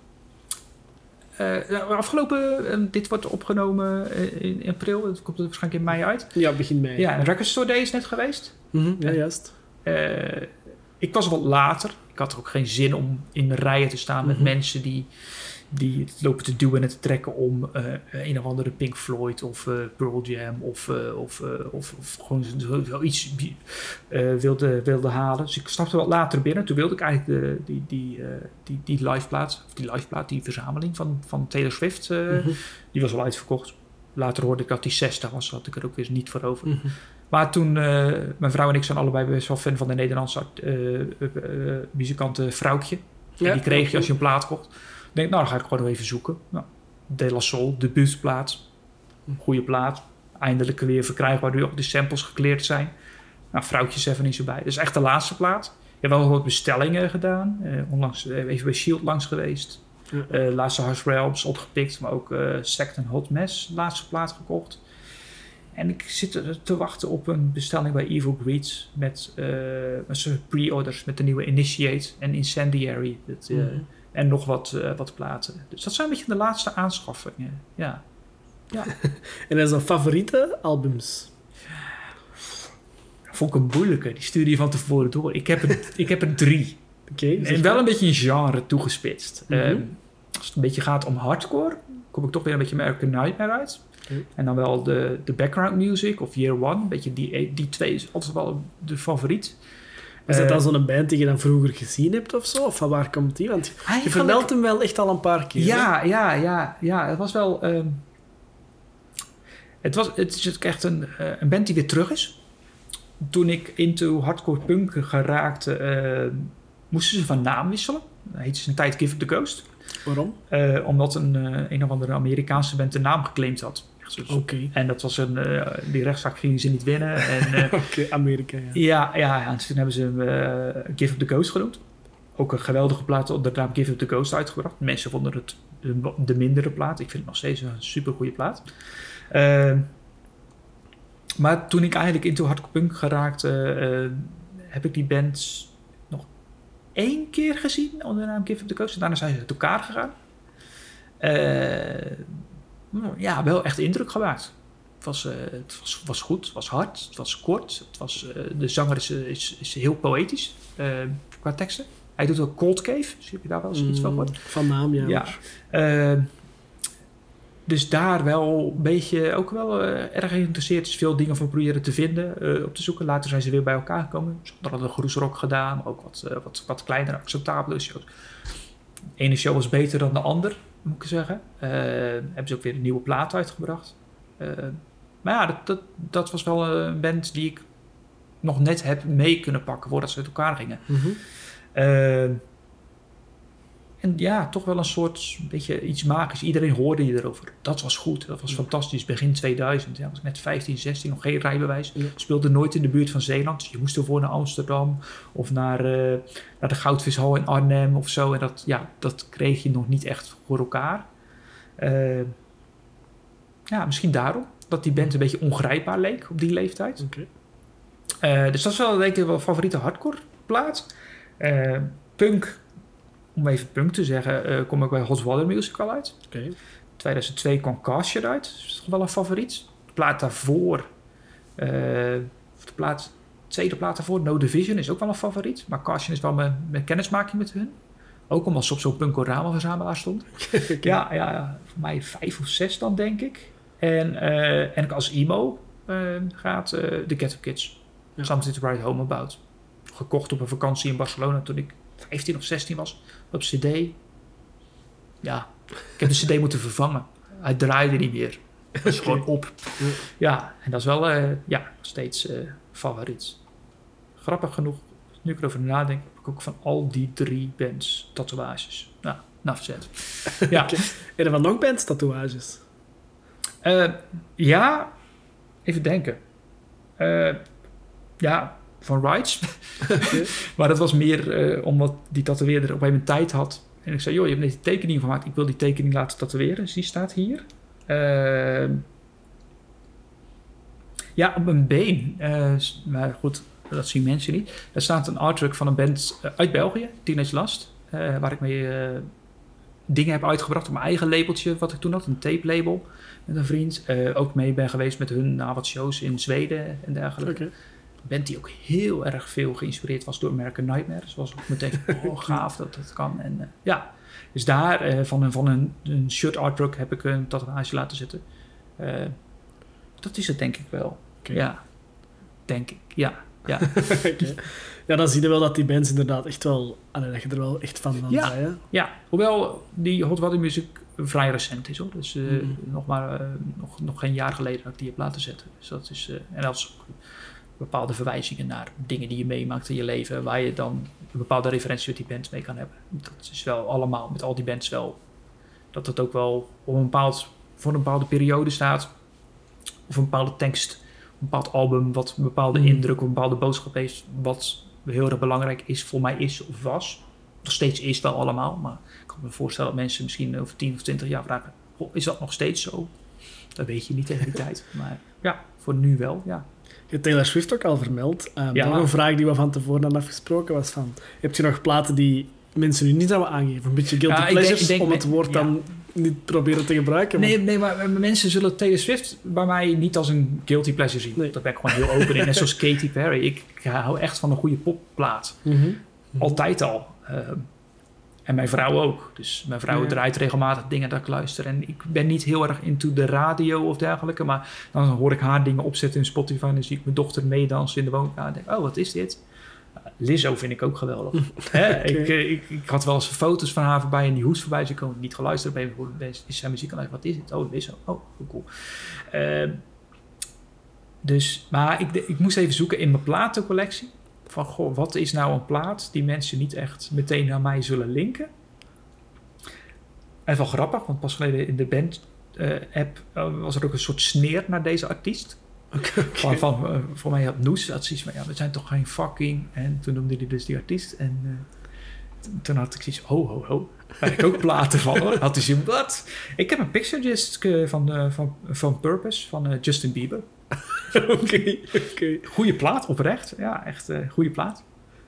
Speaker 2: Uh, afgelopen, uh, dit wordt opgenomen in, in april. Het komt er waarschijnlijk in mei uit.
Speaker 1: Ja, begin mei.
Speaker 2: Ja, een Record Store Day is net geweest.
Speaker 1: Mm-hmm, ja, juist.
Speaker 2: Uh, ik was wat later. Ik had er ook geen zin om in rijen te staan mm-hmm. met mensen die, die het lopen te duwen en te trekken om uh, een of andere Pink Floyd of uh, Pearl Jam of, uh, of, uh, of, of gewoon zoiets uh, wilde, wilde halen. Dus ik stapte wat later binnen. Toen wilde ik eigenlijk de, die, die, uh, die, die liveplaat, of die liveplaat, die verzameling van, van Taylor Swift, uh, mm-hmm. die was al uitverkocht. Later hoorde ik dat die zestig was, had ik er ook weer niet voor over. Mm-hmm. Maar toen, uh, mijn vrouw en ik zijn allebei best wel fan van de Nederlandse uh, uh, uh, muzikante Vrouwtje. Ja, die kreeg je als je een plaat kocht. Ik denk, nou, dan ga ik gewoon even zoeken. Nou, De La Soul, debuutplaat. Goede plaat. Eindelijk weer verkrijgbaar, nu ook de samples gekleerd zijn. Nou, Vrouwtje zeven niet zo bij. Dat is echt de laatste plaat. Ik heb wel wat bestellingen gedaan. Uh, onlangs uh, even bij Shield langs geweest. Ja. Uh, laatste Harsh Realms opgepikt. Maar ook uh, Sect and Hot Mess, laatste plaat gekocht. En ik zit er te wachten op een bestelling bij Evil Greed. Met uh, een soort pre-orders met de nieuwe Initiate en Incendiary. Dat, uh, mm-hmm. En nog wat, uh, wat platen. Dus dat zijn een beetje de laatste aanschaffingen. Ja. Ja.
Speaker 1: En dat zijn favoriete albums?
Speaker 2: Vond ik een moeilijke. Die stuurde je van tevoren door. Ik heb er, ik heb er drie.
Speaker 1: Okay,
Speaker 2: en wel een beetje een genre toegespitst.
Speaker 1: Mm-hmm.
Speaker 2: Um, als het een beetje gaat om hardcore, kom ik toch weer een beetje American Nightmare uit. Okay. En dan wel de, de background music of Year One. Een beetje die, die twee is altijd wel de favoriet.
Speaker 1: Is dat dan zo'n band die je dan vroeger gezien hebt of zo? Of van waar komt die? Want je vermeldt hem wel echt al een paar keer.
Speaker 2: Ja, hè? ja, ja, ja. Het was wel... Um, het, was, het is echt een, uh, een band die weer terug is. Toen ik into hardcore punk geraakte, uh, moesten ze van naam wisselen. Dat heette ze een tijd Give Up The Ghost.
Speaker 1: Waarom?
Speaker 2: Uh, omdat een, uh, een of andere Amerikaanse band de naam geclaimd had.
Speaker 1: Oké. Okay.
Speaker 2: En dat was een... Uh, die rechtszaak gingen ze niet winnen. Uh,
Speaker 1: Oké, okay, Amerika, ja.
Speaker 2: Ja, ja, en toen hebben ze hem uh, Give Up The Ghost genoemd. Ook een geweldige plaat onder de naam Give Up The Ghost uitgebracht. Mensen vonden het de, de mindere plaat. Ik vind het nog steeds een super goede plaat. Uh, maar toen ik eigenlijk into hardcore punk geraakte, uh, heb ik die band nog één keer gezien onder de naam Give Up The Ghost. En daarna zijn ze uit elkaar gegaan. Uh, ja, wel echt indruk gemaakt. Het was, uh, het was, was goed, het was hard, het was kort. Het was, uh, de zanger is, is, is heel poëtisch uh, qua teksten. Hij doet ook Cold Cave, dus heb je daar wel eens mm, iets van gehoord?
Speaker 1: Van naam, ja.
Speaker 2: ja. Uh, dus daar wel een beetje, ook wel uh, erg geïnteresseerd is. Veel dingen van proberen te vinden, uh, op te zoeken. Later zijn ze weer bij elkaar gekomen. Ze hadden een groesrock gedaan, maar ook wat, uh, wat, wat kleinere, acceptabele shows. De ene show was beter dan de ander, moet ik zeggen. Uh, hebben ze ook weer een nieuwe plaat uitgebracht. Uh, maar ja, dat, dat, dat was wel een band die ik nog net heb mee kunnen pakken voordat ze uit elkaar gingen.
Speaker 1: Mm-hmm.
Speaker 2: Uh, en ja, toch wel een soort beetje iets magisch. Iedereen hoorde je erover. Dat was goed, dat was
Speaker 1: Ja.
Speaker 2: fantastisch. Begin tweeduizend, ja, was ik net vijftien, zestien, nog geen rijbewijs.
Speaker 1: Ja.
Speaker 2: Speelde nooit in de buurt van Zeeland. Dus je moest ervoor naar Amsterdam of naar, uh, naar de Goudvishal in Arnhem of zo. En dat, ja, dat kreeg je nog niet echt voor elkaar. Uh, ja, misschien daarom dat die band een beetje ongrijpbaar leek op die leeftijd.
Speaker 1: Okay.
Speaker 2: Uh, dus dat is wel, denk ik, wel een favoriete hardcore plaat. Uh, punk, om even punk te zeggen, uh, kom ik bij Hot Water Musical uit.
Speaker 1: Okay.
Speaker 2: tweeduizend twee kwam Cast eruit. Dat is toch wel een favoriet. De plaat daarvoor, uh, de plaat, tweede plaat daarvoor, No Division, is ook wel een favoriet. Maar Cast is wel mijn, mijn kennismaking met hun. Ook omdat ze op zo'n Punkorama verzamelaar stond. Okay. Ja, ja, ja, voor mij vijf of zes dan, denk ik. En, uh, en als emo uh, gaat uh, The Ghetto Kids. Ja. Something to Write Home About. Gekocht op een vakantie in Barcelona toen ik vijftien of zestien was. Op cd. Ja, ik heb de cd moeten vervangen. Hij draaide niet meer. Het was okay. gewoon op. Ja. ja, en dat is wel uh, ja, nog steeds uh, favoriet. Grappig genoeg, nu ik erover nadenk, heb ik ook van al die drie bands tatoeages. Nou, nou verzet. Ja.
Speaker 1: Okay. En er van nog bands tatoeages?
Speaker 2: Uh, ja, even denken. Uh, ja, van Rides. Okay. Maar dat was meer uh, omdat die tatoeëerder op een gegeven moment tijd had. En ik zei, joh, je hebt net die tekening gemaakt. Ik wil die tekening laten tatoeëren. Dus die staat hier. Uh, ja, op een been. Uh, maar goed, dat zien mensen niet. Daar staat een artwork van een band uit België. Teenage Lust. Uh, waar ik mee uh, dingen heb uitgebracht op mijn eigen labeltje. Wat ik toen had. Een tape label. Met een vriend. Uh, ook mee ben geweest met hun na wat shows in Zweden en dergelijke. Okay. Een band die ook heel erg veel geïnspireerd was door American Nightmare. Dus was ook meteen oh, gaaf dat dat kan. En uh, ja, dus daar uh, van, een, van een, een shirt artwork heb ik een tatoeage laten zetten. Uh, dat is het denk ik wel. Okay. Ja, denk ik. Ja, ja.
Speaker 1: Okay. Ja, dan zie je wel dat die bands inderdaad echt wel... Allee, dat je er wel echt van van
Speaker 2: ja,
Speaker 1: zei, hè?
Speaker 2: Ja, hoewel die Hot Water Music vrij recent is, hoor. Dus uh, mm-hmm. nog maar uh, nog, nog geen jaar geleden dat ik die heb laten zetten. Dus dat is... Uh, en dat is bepaalde verwijzingen naar dingen die je meemaakt in je leven, waar je dan een bepaalde referentie met die bands mee kan hebben. Dat is wel allemaal, met al die bands wel, dat het ook wel op een bepaald, voor een bepaalde periode staat, of een bepaalde tekst, een bepaald album, wat een bepaalde mm. indruk, of een bepaalde boodschap heeft, wat heel erg belangrijk is, voor mij is of was. Nog steeds is wel allemaal, maar ik kan me voorstellen dat mensen misschien over tien of twintig jaar vragen, oh, is dat nog steeds zo? Dat weet je niet tegen die tijd, maar ja, voor nu wel, ja.
Speaker 1: Je hebt Taylor Swift ook al vermeld. Um,
Speaker 2: ja.
Speaker 1: Nog een vraag die we van tevoren hadden afgesproken was van... Heb je nog platen die mensen nu niet zouden aangeven? Een beetje guilty ja, pleasures, ik denk, ik denk, om het woord ja. dan niet proberen te gebruiken?
Speaker 2: Nee, nee, maar mensen zullen Taylor Swift bij mij niet als een guilty pleasure zien. Nee. Daar ben ik gewoon heel open in. Net zoals Katy Perry. Ik, ik hou echt van een goede popplaat. Mm-hmm. Mm-hmm. Altijd al. Uh, en mijn vrouw ook. Dus mijn vrouw ja. draait regelmatig dingen dat ik luister. En ik ben niet heel erg into de radio of dergelijke. Maar dan hoor ik haar dingen opzetten in Spotify. En dan zie ik mijn dochter meedansen in de woonkamer. En denk oh, wat is dit? Uh, Lizzo vind ik ook geweldig. Hè? Okay. Ik, ik, ik had wel eens foto's van haar voorbij en die hoes voorbij. Dus ik kon niet geluisterd. Ben is zijn muziek aan. Wat is het? Oh, Lizzo. Oh, cool. Uh, dus, maar ik, ik moest even zoeken in mijn platencollectie. Van, goh, wat is nou een plaat die mensen niet echt meteen naar mij zullen linken? En wel grappig, want pas geleden in de band-app uh, uh, was er ook een soort sneer naar deze artiest. Okay, okay. Van, van, uh, voor mij had Noes dat zoiets van, ja, we zijn toch geen fucking... En toen noemde hij dus die artiest. En uh, t- toen had ik zoiets ho, ho, ho. Daar heb ik ook platen van, hoor. Had hij zoiets wat? Ik heb een picture disc uh, van, uh, van, van Purpose, van uh, Justin Bieber.
Speaker 1: Oké, okay, okay.
Speaker 2: Goeie plaat, oprecht. Ja, echt uh, goede plaat.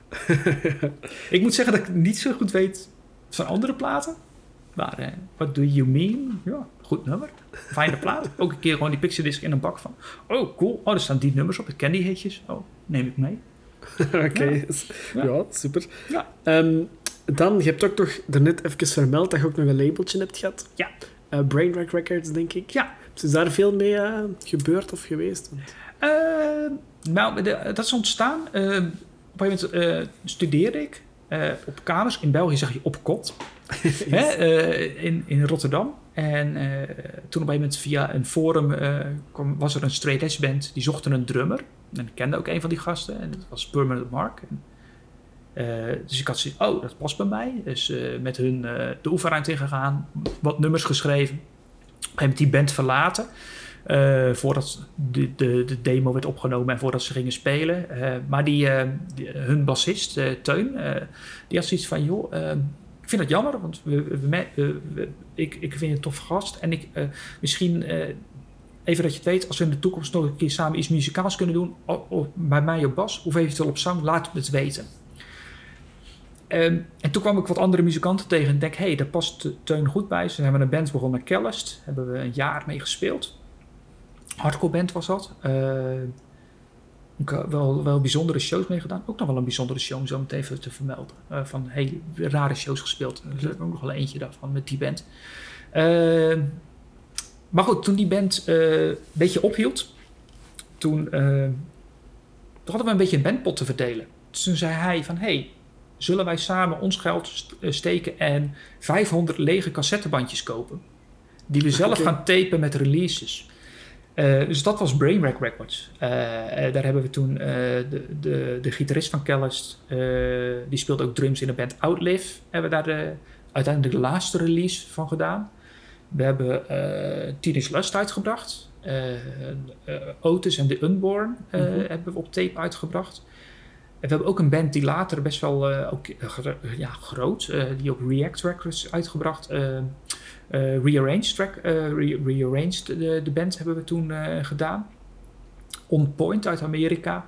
Speaker 2: Ik moet zeggen dat ik niet zo goed weet van andere platen. Maar uh, What Do You Mean? Ja, goed nummer. Fijne plaat. Ook een keer gewoon die picture disc in een bak van. Oh, cool. Oh, er staan die nummers op. Ik ken die hitjes. Oh, neem ik mee.
Speaker 1: Oké, okay. ja. ja, super. Ja. Um, dan, je hebt ook toch daarnet even vermeld dat je ook nog een labeltje hebt gehad.
Speaker 2: Ja.
Speaker 1: Uh, Brainwreck Records, denk ik.
Speaker 2: Ja.
Speaker 1: Is daar veel mee uh, gebeurd of geweest?
Speaker 2: Uh, nou, de, dat is ontstaan. Uh, op een gegeven moment uh, studeerde ik uh, op kamers. In België zeg je op kot. Yes. Hè, uh, in, in Rotterdam. En uh, toen op een gegeven moment via een forum uh, kwam, was er een straight edge band. Die zochten een drummer. En ik kende ook een van die gasten. En dat was Permanent Mark. En Uh, dus ik had zoiets, oh, dat past bij mij. Dus uh, met hun uh, de oefenruimte ingegaan, wat nummers geschreven. Op een gegeven moment die band verlaten. Uh, voordat de, de, de demo werd opgenomen en voordat ze gingen spelen. Uh, maar die, uh, die, hun bassist, uh, Teun, uh, die had zoiets van... joh, uh, ik vind het jammer, want we, we, we, we, ik, ik vind je een tof gast. En ik uh, misschien... Uh, even dat je het weet, als we in de toekomst nog een keer samen iets muzikaals kunnen doen... Of, of bij mij op bas of eventueel op zang, laat het weten. Um, en toen kwam ik wat andere muzikanten tegen en denk... hé, hey, daar past Teun goed bij. Ze hebben een band begonnen met Cellist. Daar hebben we een jaar mee gespeeld. Hardcore band was dat. Uh, wel, wel bijzondere shows mee gedaan. Ook nog wel een bijzondere show om zo meteen even te vermelden. Uh, van hele rare shows gespeeld. Er is ook nog wel eentje daarvan met die band. Uh, maar goed, toen die band uh, een beetje ophield... Toen, uh, toen hadden we een beetje een bandpot te verdelen. Dus toen zei hij van... hey, zullen wij samen ons geld steken en vijfhonderd lege cassettebandjes kopen? Die we zelf okay. gaan tapen met releases. Uh, dus dat was Brainwreck Records. Uh, daar hebben we toen uh, de, de, de gitarist van Cellist, uh, die speelt ook drums in de band Outlive. Hebben we daar de, uiteindelijk de laatste release van gedaan. We hebben uh, Teenage Lust uitgebracht. Uh, uh, Otis en The Unborn uh, mm-hmm. hebben we op tape uitgebracht. En we hebben ook een band die later best wel uh, ook, uh, ja, groot, uh, die op React Records uitgebracht. Uh, uh, Rearranged, track, uh, re- Rearranged de, de band hebben we toen uh, gedaan. On Point uit Amerika.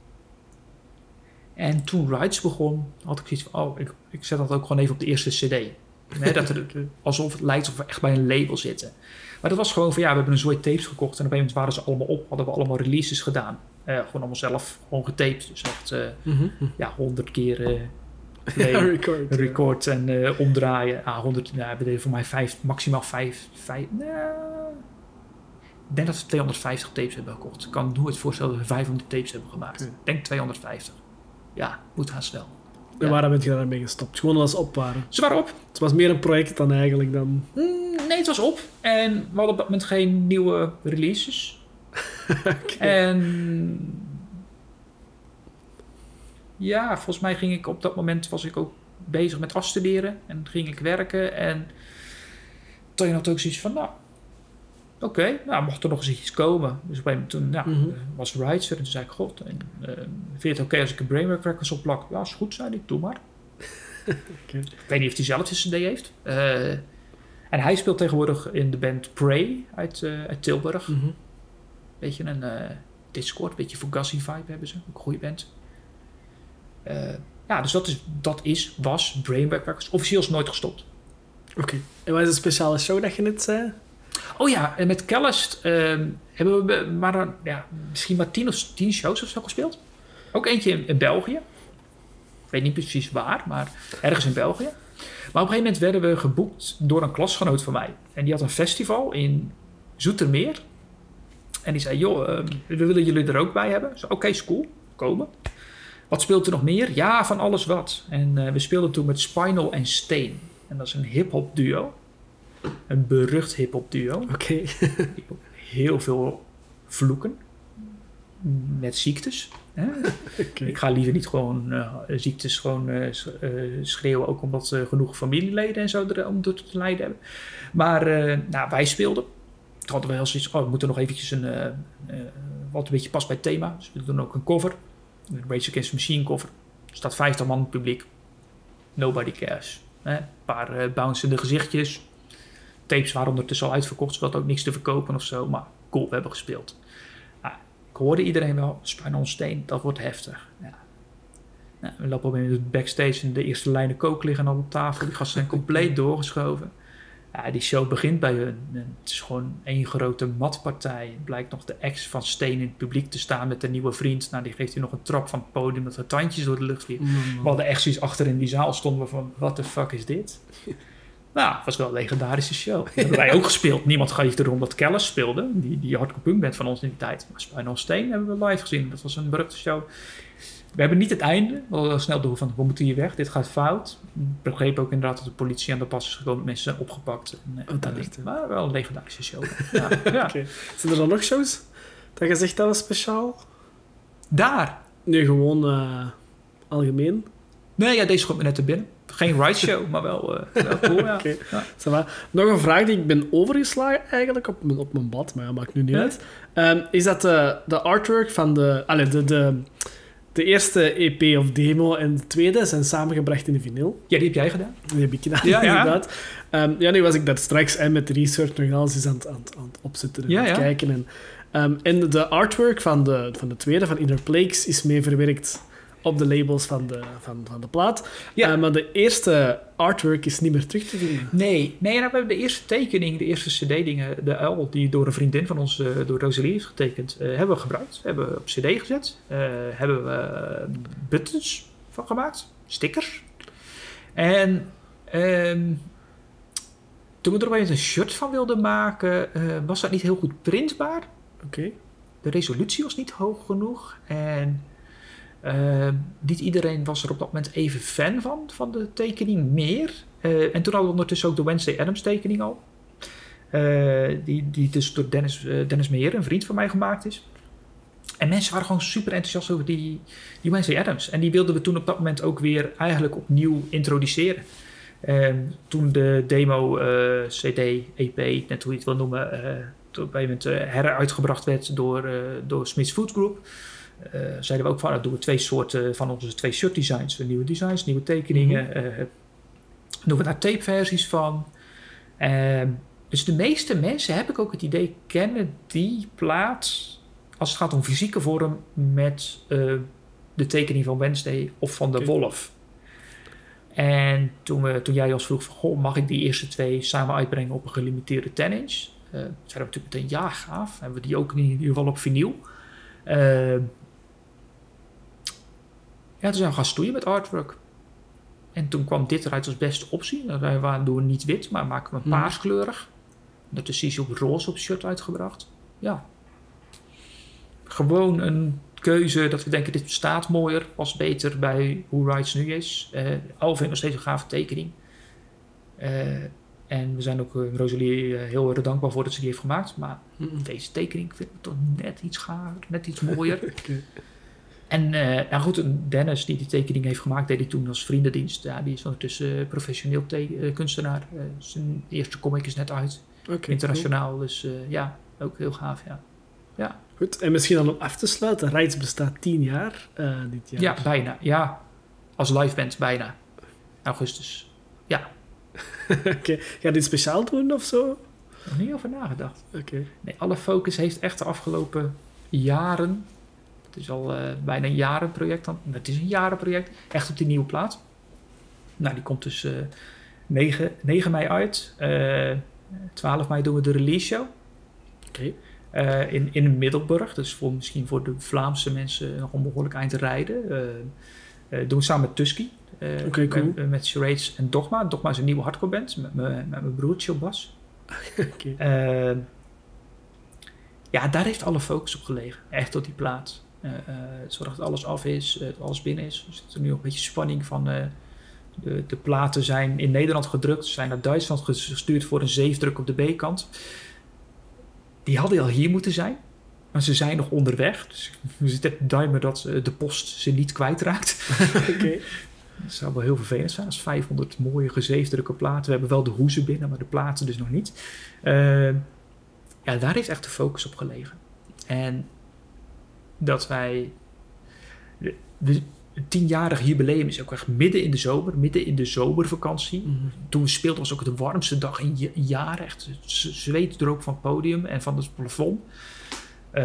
Speaker 2: En toen Rides begon, had ik zoiets van, oh, ik, ik zet dat ook gewoon even op de eerste cd. Nee, dat er, alsof het lijkt alsof we echt bij een label zitten. Maar dat was gewoon van, ja, we hebben een zooi tapes gekocht en op een moment waren ze allemaal op, hadden we allemaal releases gedaan. Uh, gewoon allemaal zelf gewoon getaped. Dus echt uh, mm-hmm. ja, honderd keer uh, play, ja, record, record ja. en uh, omdraaien. Ah, honderd, nou, we deden voor mij vijf, maximaal vijf. vijf nou, ik denk dat we tweehonderdvijftig tapes hebben gekocht. Ik kan nooit voorstellen dat we vijfhonderd tapes hebben gemaakt. Okay. Ik denk tweehonderdvijftig. Ja, moet gaan snel.
Speaker 1: En ja. waarom ben je daarmee gestopt? Gewoon als ze op waren?
Speaker 2: Ze waren op.
Speaker 1: Het was meer een project dan eigenlijk dan...
Speaker 2: Mm, nee, het was op. En we hadden op dat moment geen nieuwe releases. Okay. En ja, volgens mij ging ik op dat moment was ik ook bezig met afstuderen en ging ik werken en toen had ook zoiets van, nou, oké, okay, nou mocht er nog eens iets komen. Dus op een moment toen nou, mm-hmm. was Rides er en toen zei ik, god, en, uh, vind je het oké okay als ik een Brainwreck Records opplak? Ja, is goed, zei ik, doe maar. Okay. Ik weet niet of hij zelf zijn cd heeft. Uh, en hij speelt tegenwoordig in de band Prey uit, uh, uit Tilburg. Mm-hmm. Beetje een uh, Discord, een beetje Fugazi vibe hebben ze. Ook een goede band. Uh, ja, dus dat is, dat is, was Brainwreck Records. Officieel is nooit gestopt.
Speaker 1: Oké. Okay. En wat is een speciale show dat je net zei?
Speaker 2: Oh ja, en met Cellist uh, hebben we maar een, ja, misschien maar tien of tien shows of zo gespeeld. Ook eentje in, in België. Ik weet niet precies waar, maar ergens in België. Maar op een gegeven moment werden we geboekt door een klasgenoot van mij. En die had een festival in Zoetermeer. En die zei, joh, uh, we willen jullie er ook bij hebben. Oké, okay, is cool, komen. Wat speelt er nog meer? Ja, van alles wat. En uh, we speelden toen met Spinal en Stain. En dat is een hip-hop duo. Een berucht hip-hop duo.
Speaker 1: Oké. Okay.
Speaker 2: Heel veel vloeken. Met ziektes. Hè? Okay. Ik ga liever niet gewoon uh, ziektes gewoon uh, schreeuwen. Ook omdat uh, genoeg familieleden en zo er, om door te lijden hebben. Maar uh, nou, wij speelden. Toen hadden we heel zoiets, oh, we moeten nog eventjes een, uh, uh, wat een beetje past bij het thema. Dus we doen ook een cover. Een Rage Against the Machine cover. Er staat vijftig man in het publiek. Nobody cares. Een eh? paar uh, bouncende gezichtjes. Tapes waren ondertussen al uitverkocht. Ze hadden ook niks te verkopen of zo. Maar cool, we hebben gespeeld. Nou, ik hoorde iedereen wel, Spinal Stain, dat wordt heftig. Ja. Nou, we lopen op in de backstage en de eerste lijnen kook liggen al op tafel. Die gasten zijn compleet doorgeschoven. Ja, die show begint bij hun. Het is gewoon één grote matpartij. Het blijkt nog de ex van Stain in het publiek te staan met een nieuwe vriend. Nou, die geeft hij nog een trap van het podium dat er tandjes door de lucht vliegen. Mm-hmm. We hadden echt zoiets achter in die zaal stonden we van, what the fuck is dit? Nou, het was wel een legendarische show. Dat hebben wij ook gespeeld. Niemand geeft erom dat Cellist speelde. Die, die hardcore punkband van ons in die tijd. Maar Spinal Stain hebben we live gezien. Dat was een beruchte show. We hebben niet het einde. We hadden snel door van, we moeten hier weg. Dit gaat fout. Ik begreep ook inderdaad dat de politie aan de pas is gekomen. Mensen zijn opgepakt. En, oh, dat echt, maar wel een legendarische show. Ja, ja.
Speaker 1: Okay. Zijn er dan nog shows? Dat je zegt dat is speciaal?
Speaker 2: Daar?
Speaker 1: Nee, gewoon uh, algemeen.
Speaker 2: Nee, ja, deze schoot me net te binnen. Geen ride show, maar wel, uh, wel cool, ja.
Speaker 1: Okay.
Speaker 2: Ja.
Speaker 1: Nog een vraag die ik ben overgeslagen eigenlijk op mijn, op mijn blad, maar dat maakt nu niet ja. uit. Um, is dat de, de artwork van de... Allez, de, de, de eerste E P of demo en de tweede zijn samengebracht in de vinyl.
Speaker 2: Ja, die heb jij gedaan.
Speaker 1: Die heb ik gedaan,
Speaker 2: ja, ja.
Speaker 1: inderdaad. Um, ja, nu was ik daar straks en met de research nog alles eens aan, aan, aan het opzetten en
Speaker 2: ja,
Speaker 1: aan het
Speaker 2: ja.
Speaker 1: kijken. En, um, en de artwork van de, van de tweede, van Inner Plagues, is mee verwerkt op de labels van de, van, van de plaat. Ja. Uh, maar de eerste artwork is niet meer terug te vinden.
Speaker 2: Nee, nee nou, we hebben de eerste tekening, de eerste cd-dingen, de uil, die door een vriendin van ons, uh, door Rosalie is getekend, uh, hebben we gebruikt. Hebben we op cd gezet. Uh, hebben we uh, buttons van gemaakt. Stickers. En um, toen we er opeens een shirt van wilden maken, uh, was dat niet heel goed printbaar.
Speaker 1: Oké. Okay.
Speaker 2: De resolutie was niet hoog genoeg. En Uh, niet iedereen was er op dat moment even fan van, van de tekening meer. Uh, en toen hadden we ondertussen ook de Wednesday Addams tekening al. Uh, die, die dus door Dennis, uh, Dennis Meyer, een vriend van mij, gemaakt is. En mensen waren gewoon super enthousiast over die, die Wednesday Addams. En die wilden we toen op dat moment ook weer eigenlijk opnieuw introduceren. Uh, toen de demo, uh, C D, E P, net hoe je het wil noemen, uh, toen op een moment uh, heruitgebracht werd door, uh, door Smith's Food Group. Uh, zeiden we ook van, dat doen we twee soorten van onze twee shirt designs. Nieuwe designs, nieuwe tekeningen. Mm-hmm. Uh, doen we daar tapeversies van. Uh, dus de meeste mensen, heb ik ook het idee, kennen die plaat als het gaat om fysieke vorm met uh, de tekening van Wednesday of van de okay. Wolf. En toen, we, toen jij ons vroeg van, goh, mag ik die eerste twee samen uitbrengen op een gelimiteerde ten inch? Uh, zeiden we natuurlijk meteen, ja, gaaf. Hebben we die ook in ieder geval op vinyl. Uh, Ja, toen zijn we gaan stoeien met artwork. En toen kwam dit eruit als beste optie. Wij waren, doen we niet wit, maar maken we hmm. paarskleurig. Dat is ook roze op het shirt uitgebracht. Ja. Gewoon een keuze dat we denken, dit staat mooier, past beter bij hoe Rides nu is. Uh, Al vind ik nog steeds een gave tekening. Uh, en we zijn ook uh, Rosalie uh, heel erg dankbaar voor dat ze die heeft gemaakt. Maar hmm. deze tekening vind ik toch net iets gaver, net iets mooier. Okay. En uh, nou goed, Dennis die die tekening heeft gemaakt, deed hij toen als vriendendienst. Ja, die is ondertussen professioneel te- uh, kunstenaar. Uh, zijn eerste comic is net uit. Okay, internationaal, cool. Dus uh, ja, ook heel gaaf, ja. ja.
Speaker 1: Goed, en misschien dan om af te sluiten. Rides bestaat tien jaar uh, dit jaar.
Speaker 2: Ja, bijna. Ja, als live band bijna. Augustus, ja.
Speaker 1: Oké, okay. Ga je dit speciaal doen of zo?
Speaker 2: Nog niet over nagedacht.
Speaker 1: Oké. Okay.
Speaker 2: Nee, alle focus heeft echt de afgelopen jaren... Het is al uh, bijna een jarenproject. Dan. Het is een jarenproject. Echt op die nieuwe plaat. Nou, die komt dus uh, negen mei uit. Uh, twaalf mei doen we de release show.
Speaker 1: Oké.
Speaker 2: Okay. Uh, in, in Middelburg. Dus voor, misschien voor de Vlaamse mensen nog een behoorlijk eind te rijden. Uh, uh, doen we samen met Tusky. Uh,
Speaker 1: okay, cool.
Speaker 2: Met, met Charades en Dogma. Dogma is een nieuwe hardcore band. Met, met mijn broertje op bas.
Speaker 1: Oké. Okay.
Speaker 2: Uh, ja, daar heeft alle focus op gelegen. Echt op die plaat. Uh, uh, zorg dat alles af is, uh, dat alles binnen is. Er zit er nu een beetje spanning van... Uh, de, de platen zijn in Nederland gedrukt. Ze zijn naar Duitsland gestuurd voor een zeefdruk op de B-kant. Die hadden al hier moeten zijn. Maar ze zijn nog onderweg. Dus we zitten te duimen dat uh, de post ze niet kwijtraakt.
Speaker 1: Okay.
Speaker 2: Dat zou wel heel vervelend zijn als vijfhonderd mooie gezeefdrukke platen. We hebben wel de hoezen binnen, maar de platen dus nog niet. Uh, ja, daar heeft echt de focus op gelegen. En... dat wij... De, de, het tienjarig jubileum is ook echt midden in de zomer. Midden in de zomervakantie. Mm-hmm. Toen we speelden was ook de warmste dag in, in jaren. Echt zweetdroop van het podium en van het plafond. Uh,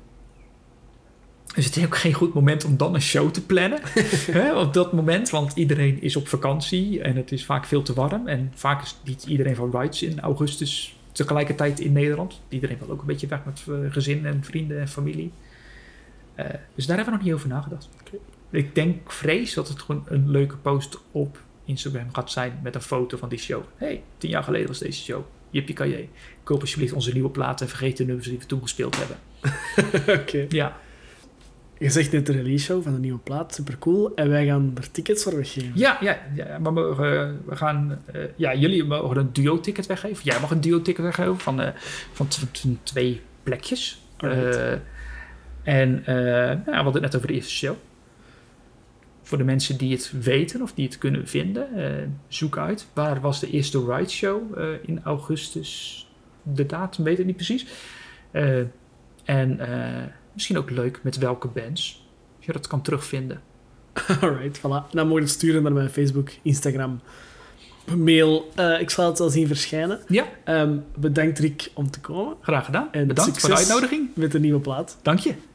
Speaker 2: dus het is ook geen goed moment om dan een show te plannen. Hè, op dat moment. Want iedereen is op vakantie. En het is vaak veel te warm. En vaak is niet iedereen van Rides in augustus tegelijkertijd in Nederland. Iedereen wil ook een beetje weg met uh, gezin en vrienden en familie. Uh, dus daar hebben we nog niet over nagedacht. Okay. Ik denk, vrees dat het gewoon een leuke post op Instagram gaat zijn met een foto van die show. Hey, tien jaar geleden was deze show. Yippie-ki-yay. Koop alsjeblieft onze nieuwe platen en vergeet de nummers die we toen gespeeld hebben.
Speaker 1: Oké. Okay.
Speaker 2: Ja.
Speaker 1: Je zegt net de release show van de nieuwe plaat, super cool. En wij gaan er tickets voor weggeven.
Speaker 2: Ja, ja, ja maar we, we gaan... Uh, ja, jullie mogen een duo-ticket weggeven. Jij mag een duo-ticket weggeven van, uh, van t- t- twee plekjes. Uh, en uh, nou, we hadden het net over de eerste show. voor de mensen die het weten of die het kunnen vinden, uh, zoek uit. Waar was de eerste Ride Show uh, in augustus? De datum weet ik niet precies. Uh, en uh, misschien ook leuk met welke bands. Als je dat kan terugvinden.
Speaker 1: Alright, voilà. Dan moet je het sturen naar mijn Facebook, Instagram, mail. Uh, ik zal het wel zien verschijnen.
Speaker 2: Ja.
Speaker 1: Um, bedankt Rick om te komen.
Speaker 2: Graag gedaan.
Speaker 1: En
Speaker 2: bedankt voor de uitnodiging.
Speaker 1: Met de nieuwe plaat.
Speaker 2: Dank je.